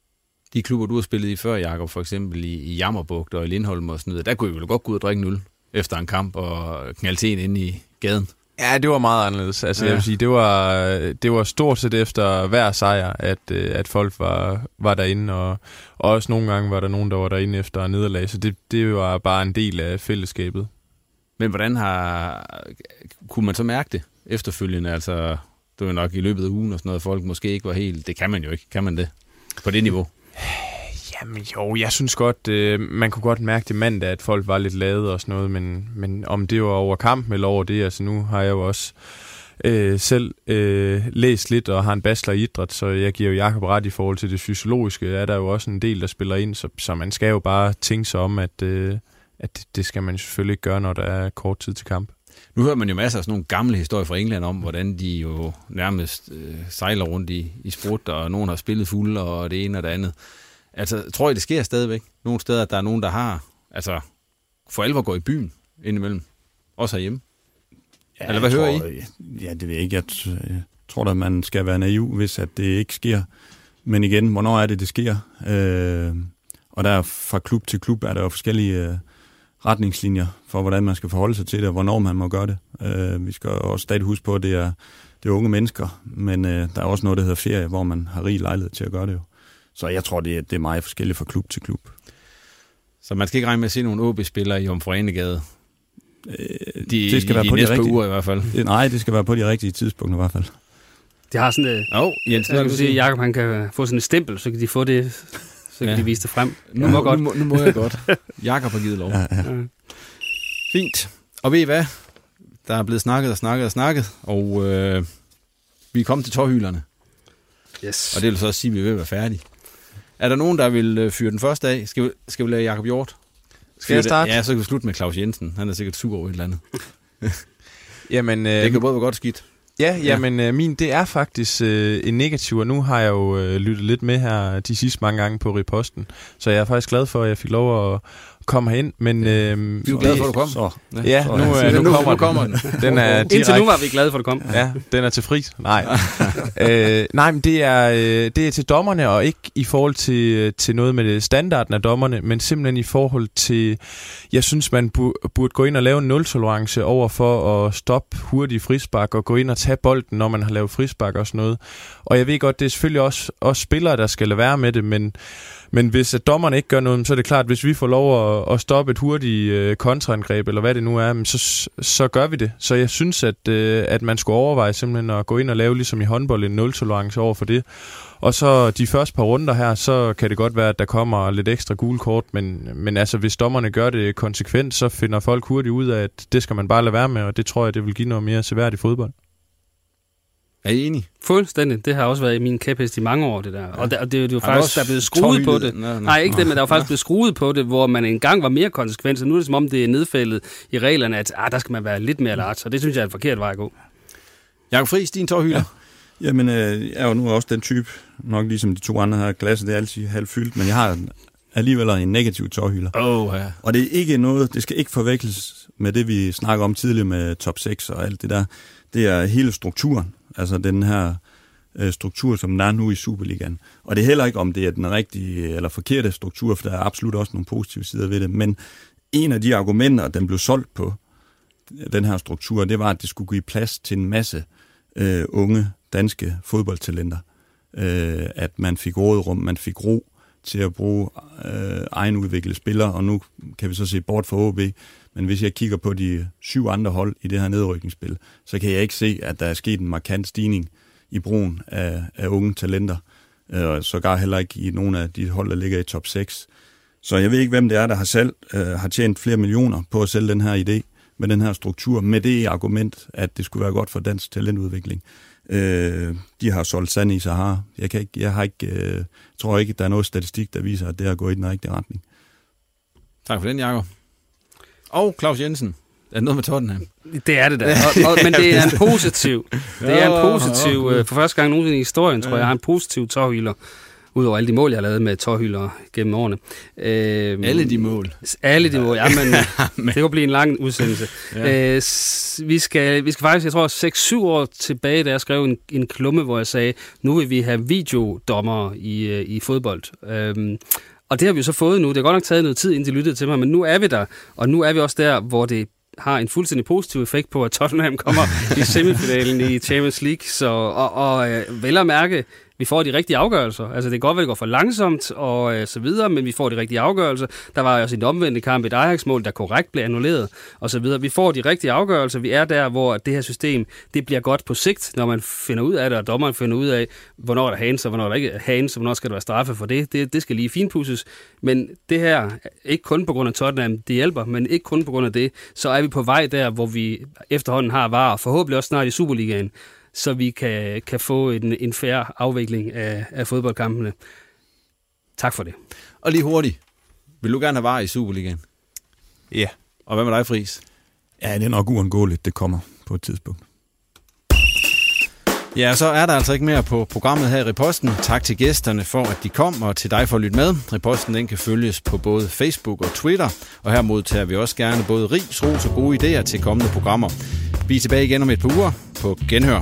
De klubber, du har spillet i før, Jakob, for eksempel i Jammerbugt og i Lindholm og sådan noget, der kunne I vel godt gå ud og drikke 0? efter en kamp og knalde til en inde i gaden? Ja, det var meget anderledes. Altså, jeg vil sige, det var stort set efter hver sejr, at folk var derinde, og også nogle gange var der nogen, der var derinde efter nederlag, så det var bare en del af fællesskabet. Men hvordan kunne man så mærke det efterfølgende? Altså, det var nok i løbet af ugen og sådan noget, folk måske ikke var helt... Det kan man jo ikke. Kan man det? På det niveau? Jamen jo, jeg synes godt, man kunne godt mærke det mandag, at folk var lidt lade og sådan noget, men om det var over kampen eller over det, altså nu har jeg jo også selv læst lidt og har en bachelor i idræt, så jeg giver jo Jakob ret i forhold til det fysiologiske. Er der jo også en del, der spiller ind, så man skal jo bare tænke sig om, at det skal man selvfølgelig ikke gøre, når der er kort tid til kamp. Nu hører man jo masser af sådan nogle gamle historier fra England om, hvordan de jo nærmest sejler rundt i sprut, og nogen har spillet fulde, og det ene og det andet. Altså, tror jeg, det sker stadigvæk? Nogle steder, at der er nogen, der har for alvor går i byen indimellem? Også herhjemme? Ja, eller hvad hører I? Ja, det ved jeg ikke. Jeg tror da, man skal være naiv, hvis at det ikke sker. Men igen, hvornår er det sker? Og der fra klub til klub er der jo forskellige retningslinjer for, hvordan man skal forholde sig til det, og hvornår man må gøre det. Vi skal også stadig huske på, at det er unge mennesker, men der er også noget, der hedder ferie, hvor man har rig lejlighed til at gøre det jo. Så jeg tror, det er meget forskelligt fra klub til klub. Så man skal ikke regne med at se nogle OB-spillere i Jomfru Ane-Gade? Det skal være på de næste rigtige uger i hvert fald. Nej, det skal være på de rigtige tidspunkter i hvert fald. De har sådan Jens, jeg kan sige, at Jakob han kan få sådan et stempel, så kan de få det, så kan de vise det frem. Nu må jeg godt. Jakob har givet lov. Ja. Fint. Og ved I hvad? Der er blevet snakket, og vi er kommet til tårhylerne. Yes. Og det vil så også sige, at vi er ved at være færdige. Er der nogen, der vil fyre den første af? Skal vi lade Jakob Hjort? Skal jeg starte? Ja, så kan vi slutte med Claus Jensen. Han er sikkert sur over et eller andet. Jamen, det kan både være godt og skidt. Ja, men min, det er faktisk en negativ, og nu har jeg jo lyttet lidt med her de sidste mange gange på Riposten, så jeg er faktisk glad for, at jeg fik lov at komme herind, men... vi er jo glade for, at du kom. Nu kommer den. Den er indtil nu var vi glade for, at du kom. Ja, den er til fri. Nej. Nej, men det er til dommerne, og ikke i forhold til noget med standarden af dommerne, men simpelthen i forhold til... Jeg synes, man burde gå ind og lave en nul-tolerance over for at stoppe hurtige frispark og gå ind og tage bolden, når man har lavet frispark og sådan noget. Og jeg ved godt, det er selvfølgelig også spillere, der skal lade være med det, men hvis at dommerne ikke gør noget, så er det klart, at hvis vi får lov at stoppe et hurtigt kontraangreb, eller hvad det nu er, så gør vi det. Så jeg synes, at man skulle overveje simpelthen at gå ind og lave, ligesom i håndbold, en nul-tolerance over for det. Og så de første par runder her, så kan det godt være, at der kommer lidt ekstra gule kort, men altså, hvis dommerne gør det konsekvent, så finder folk hurtigt ud af, at det skal man bare lade være med, og det tror jeg, det vil give noget mere seværdigt fodbold. Er I enige? Fuldstændig. Det har også været min kæphest i mange år, det der. Og det er jo faktisk, der er blevet skruet på det. Nej, ikke det, men der er faktisk blevet skruet på det, hvor man engang var mere konsekvent, så nu er det som om, det er nedfældet i reglerne, at der skal man være lidt mere large, og det synes jeg er en forkert vej at gå. Jakob Friis, din tårhylder? Ja. Jamen, jeg er jo nu også den type, nok ligesom de to andre her klasser, det er altid halvfyldt, men jeg har alligevel en negativ tårhylder. Ja. Og det er ikke noget, det skal ikke forveksles med det, vi snakker om tidligere med top 6 og alt det der. Det er hele strukturen, altså den her struktur, som den er nu i Superligaen. Og det er heller ikke, om det er den rigtige eller forkerte struktur, for der er absolut også nogle positive sider ved det. Men en af de argumenter, den blev solgt på, den her struktur, det var, at det skulle give plads til en masse unge danske fodboldtalenter. At man fik råderum, man fik ro til at bruge egenudviklede spillere, og nu kan vi så se bort fra OB, men hvis jeg kigger på de 7 andre hold i det her nedrykningsspil, så kan jeg ikke se, at der er sket en markant stigning i brugen af unge talenter, og sågar heller ikke i nogle af de hold, der ligger i top 6. Så jeg ved ikke, hvem det er, der har tjent flere millioner på at sælge den her idé med den her struktur, med det argument, at det skulle være godt for dansk talentudvikling. De har solgt sand i Sahara. Jeg tror ikke, der er noget statistik, der viser, at det er gået i den rigtige retning. Tak for den, Jakob. Og Claus Jensen. Er det noget med Tottenham? Det er det da. Men det er en positiv. For første gang nogensinde i historien, tror jeg har en positiv tårhylder. Udover alle de mål, jeg har lavet med tårhylder gennem årene. Alle de mål? Alle de mål, jamen, det kan blive en lang udsendelse. Ja. Vi skal faktisk, jeg tror, 6-7 år tilbage, da jeg skrev en klumme, hvor jeg sagde, nu vil vi have videodommere i fodbold. Og det har vi jo så fået nu. Det har godt nok taget noget tid, inden de lyttede til mig, men nu er vi der. Og nu er vi også der, hvor det har en fuldstændig positiv effekt på, at Tottenham kommer i semifinalen i Champions League. Så vel at mærke, vi får de rigtige afgørelser. Altså det er godt, at det går for langsomt og så videre, men vi får de rigtige afgørelser. Der var også en omvendte kamp, et Ajax-mål, der korrekt blev annulleret og så videre. Vi får de rigtige afgørelser. Vi er der, hvor det her system, det bliver godt på sigt, når man finder ud af det, og dommeren finder ud af, hvornår der er hands, og hvornår der ikke er hands, og hvornår skal der være straffe for det. Det skal lige finpudses. Men det her, ikke kun på grund af Tottenham, det hjælper, men ikke kun på grund af det, så er vi på vej der, hvor vi efterhånden har VAR, og forhåbentlig også snart i Superligaen, så vi kan få en fair afvikling af fodboldkampene. Tak for det. Og lige hurtigt. Vil du gerne have VAR i Superligaen? Ja. Og hvad med dig, Friis? Ja, det er nok uundgåeligt, det kommer på et tidspunkt. Ja, så er der altså ikke mere på programmet her i Riposten. Tak til gæsterne for, at de kom, og til dig for at lytte med. Riposten den kan følges på både Facebook og Twitter, og her modtager vi også gerne både ris, ros og gode idéer til kommende programmer. Vi er tilbage igen om et par uger. På genhør.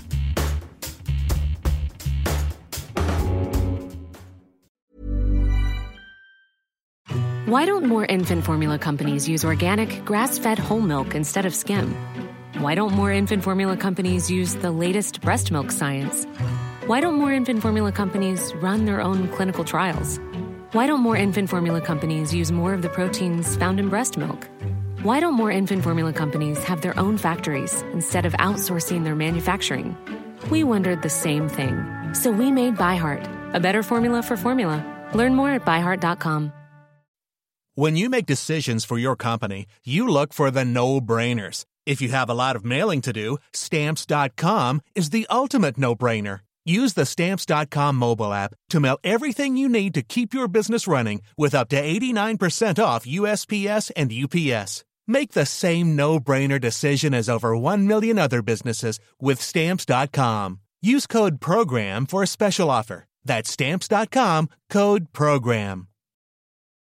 Why don't more infant formula companies use organic, grass-fed whole milk instead of skim? Why don't more infant formula companies use the latest breast milk science? Why don't more infant formula companies run their own clinical trials? Why don't more infant formula companies use more of the proteins found in breast milk? Why don't more infant formula companies have their own factories instead of outsourcing their manufacturing? We wondered the same thing. So we made ByHeart, a better formula for formula. Learn more at byheart.com. When you make decisions for your company, you look for the no-brainers. If you have a lot of mailing to do, Stamps.com is the ultimate no-brainer. Use the Stamps.com mobile app to mail everything you need to keep your business running with up to 89% off USPS and UPS. Make the same no-brainer decision as over 1 million other businesses with Stamps.com. Use code PROGRAM for a special offer. That's Stamps.com, code PROGRAM.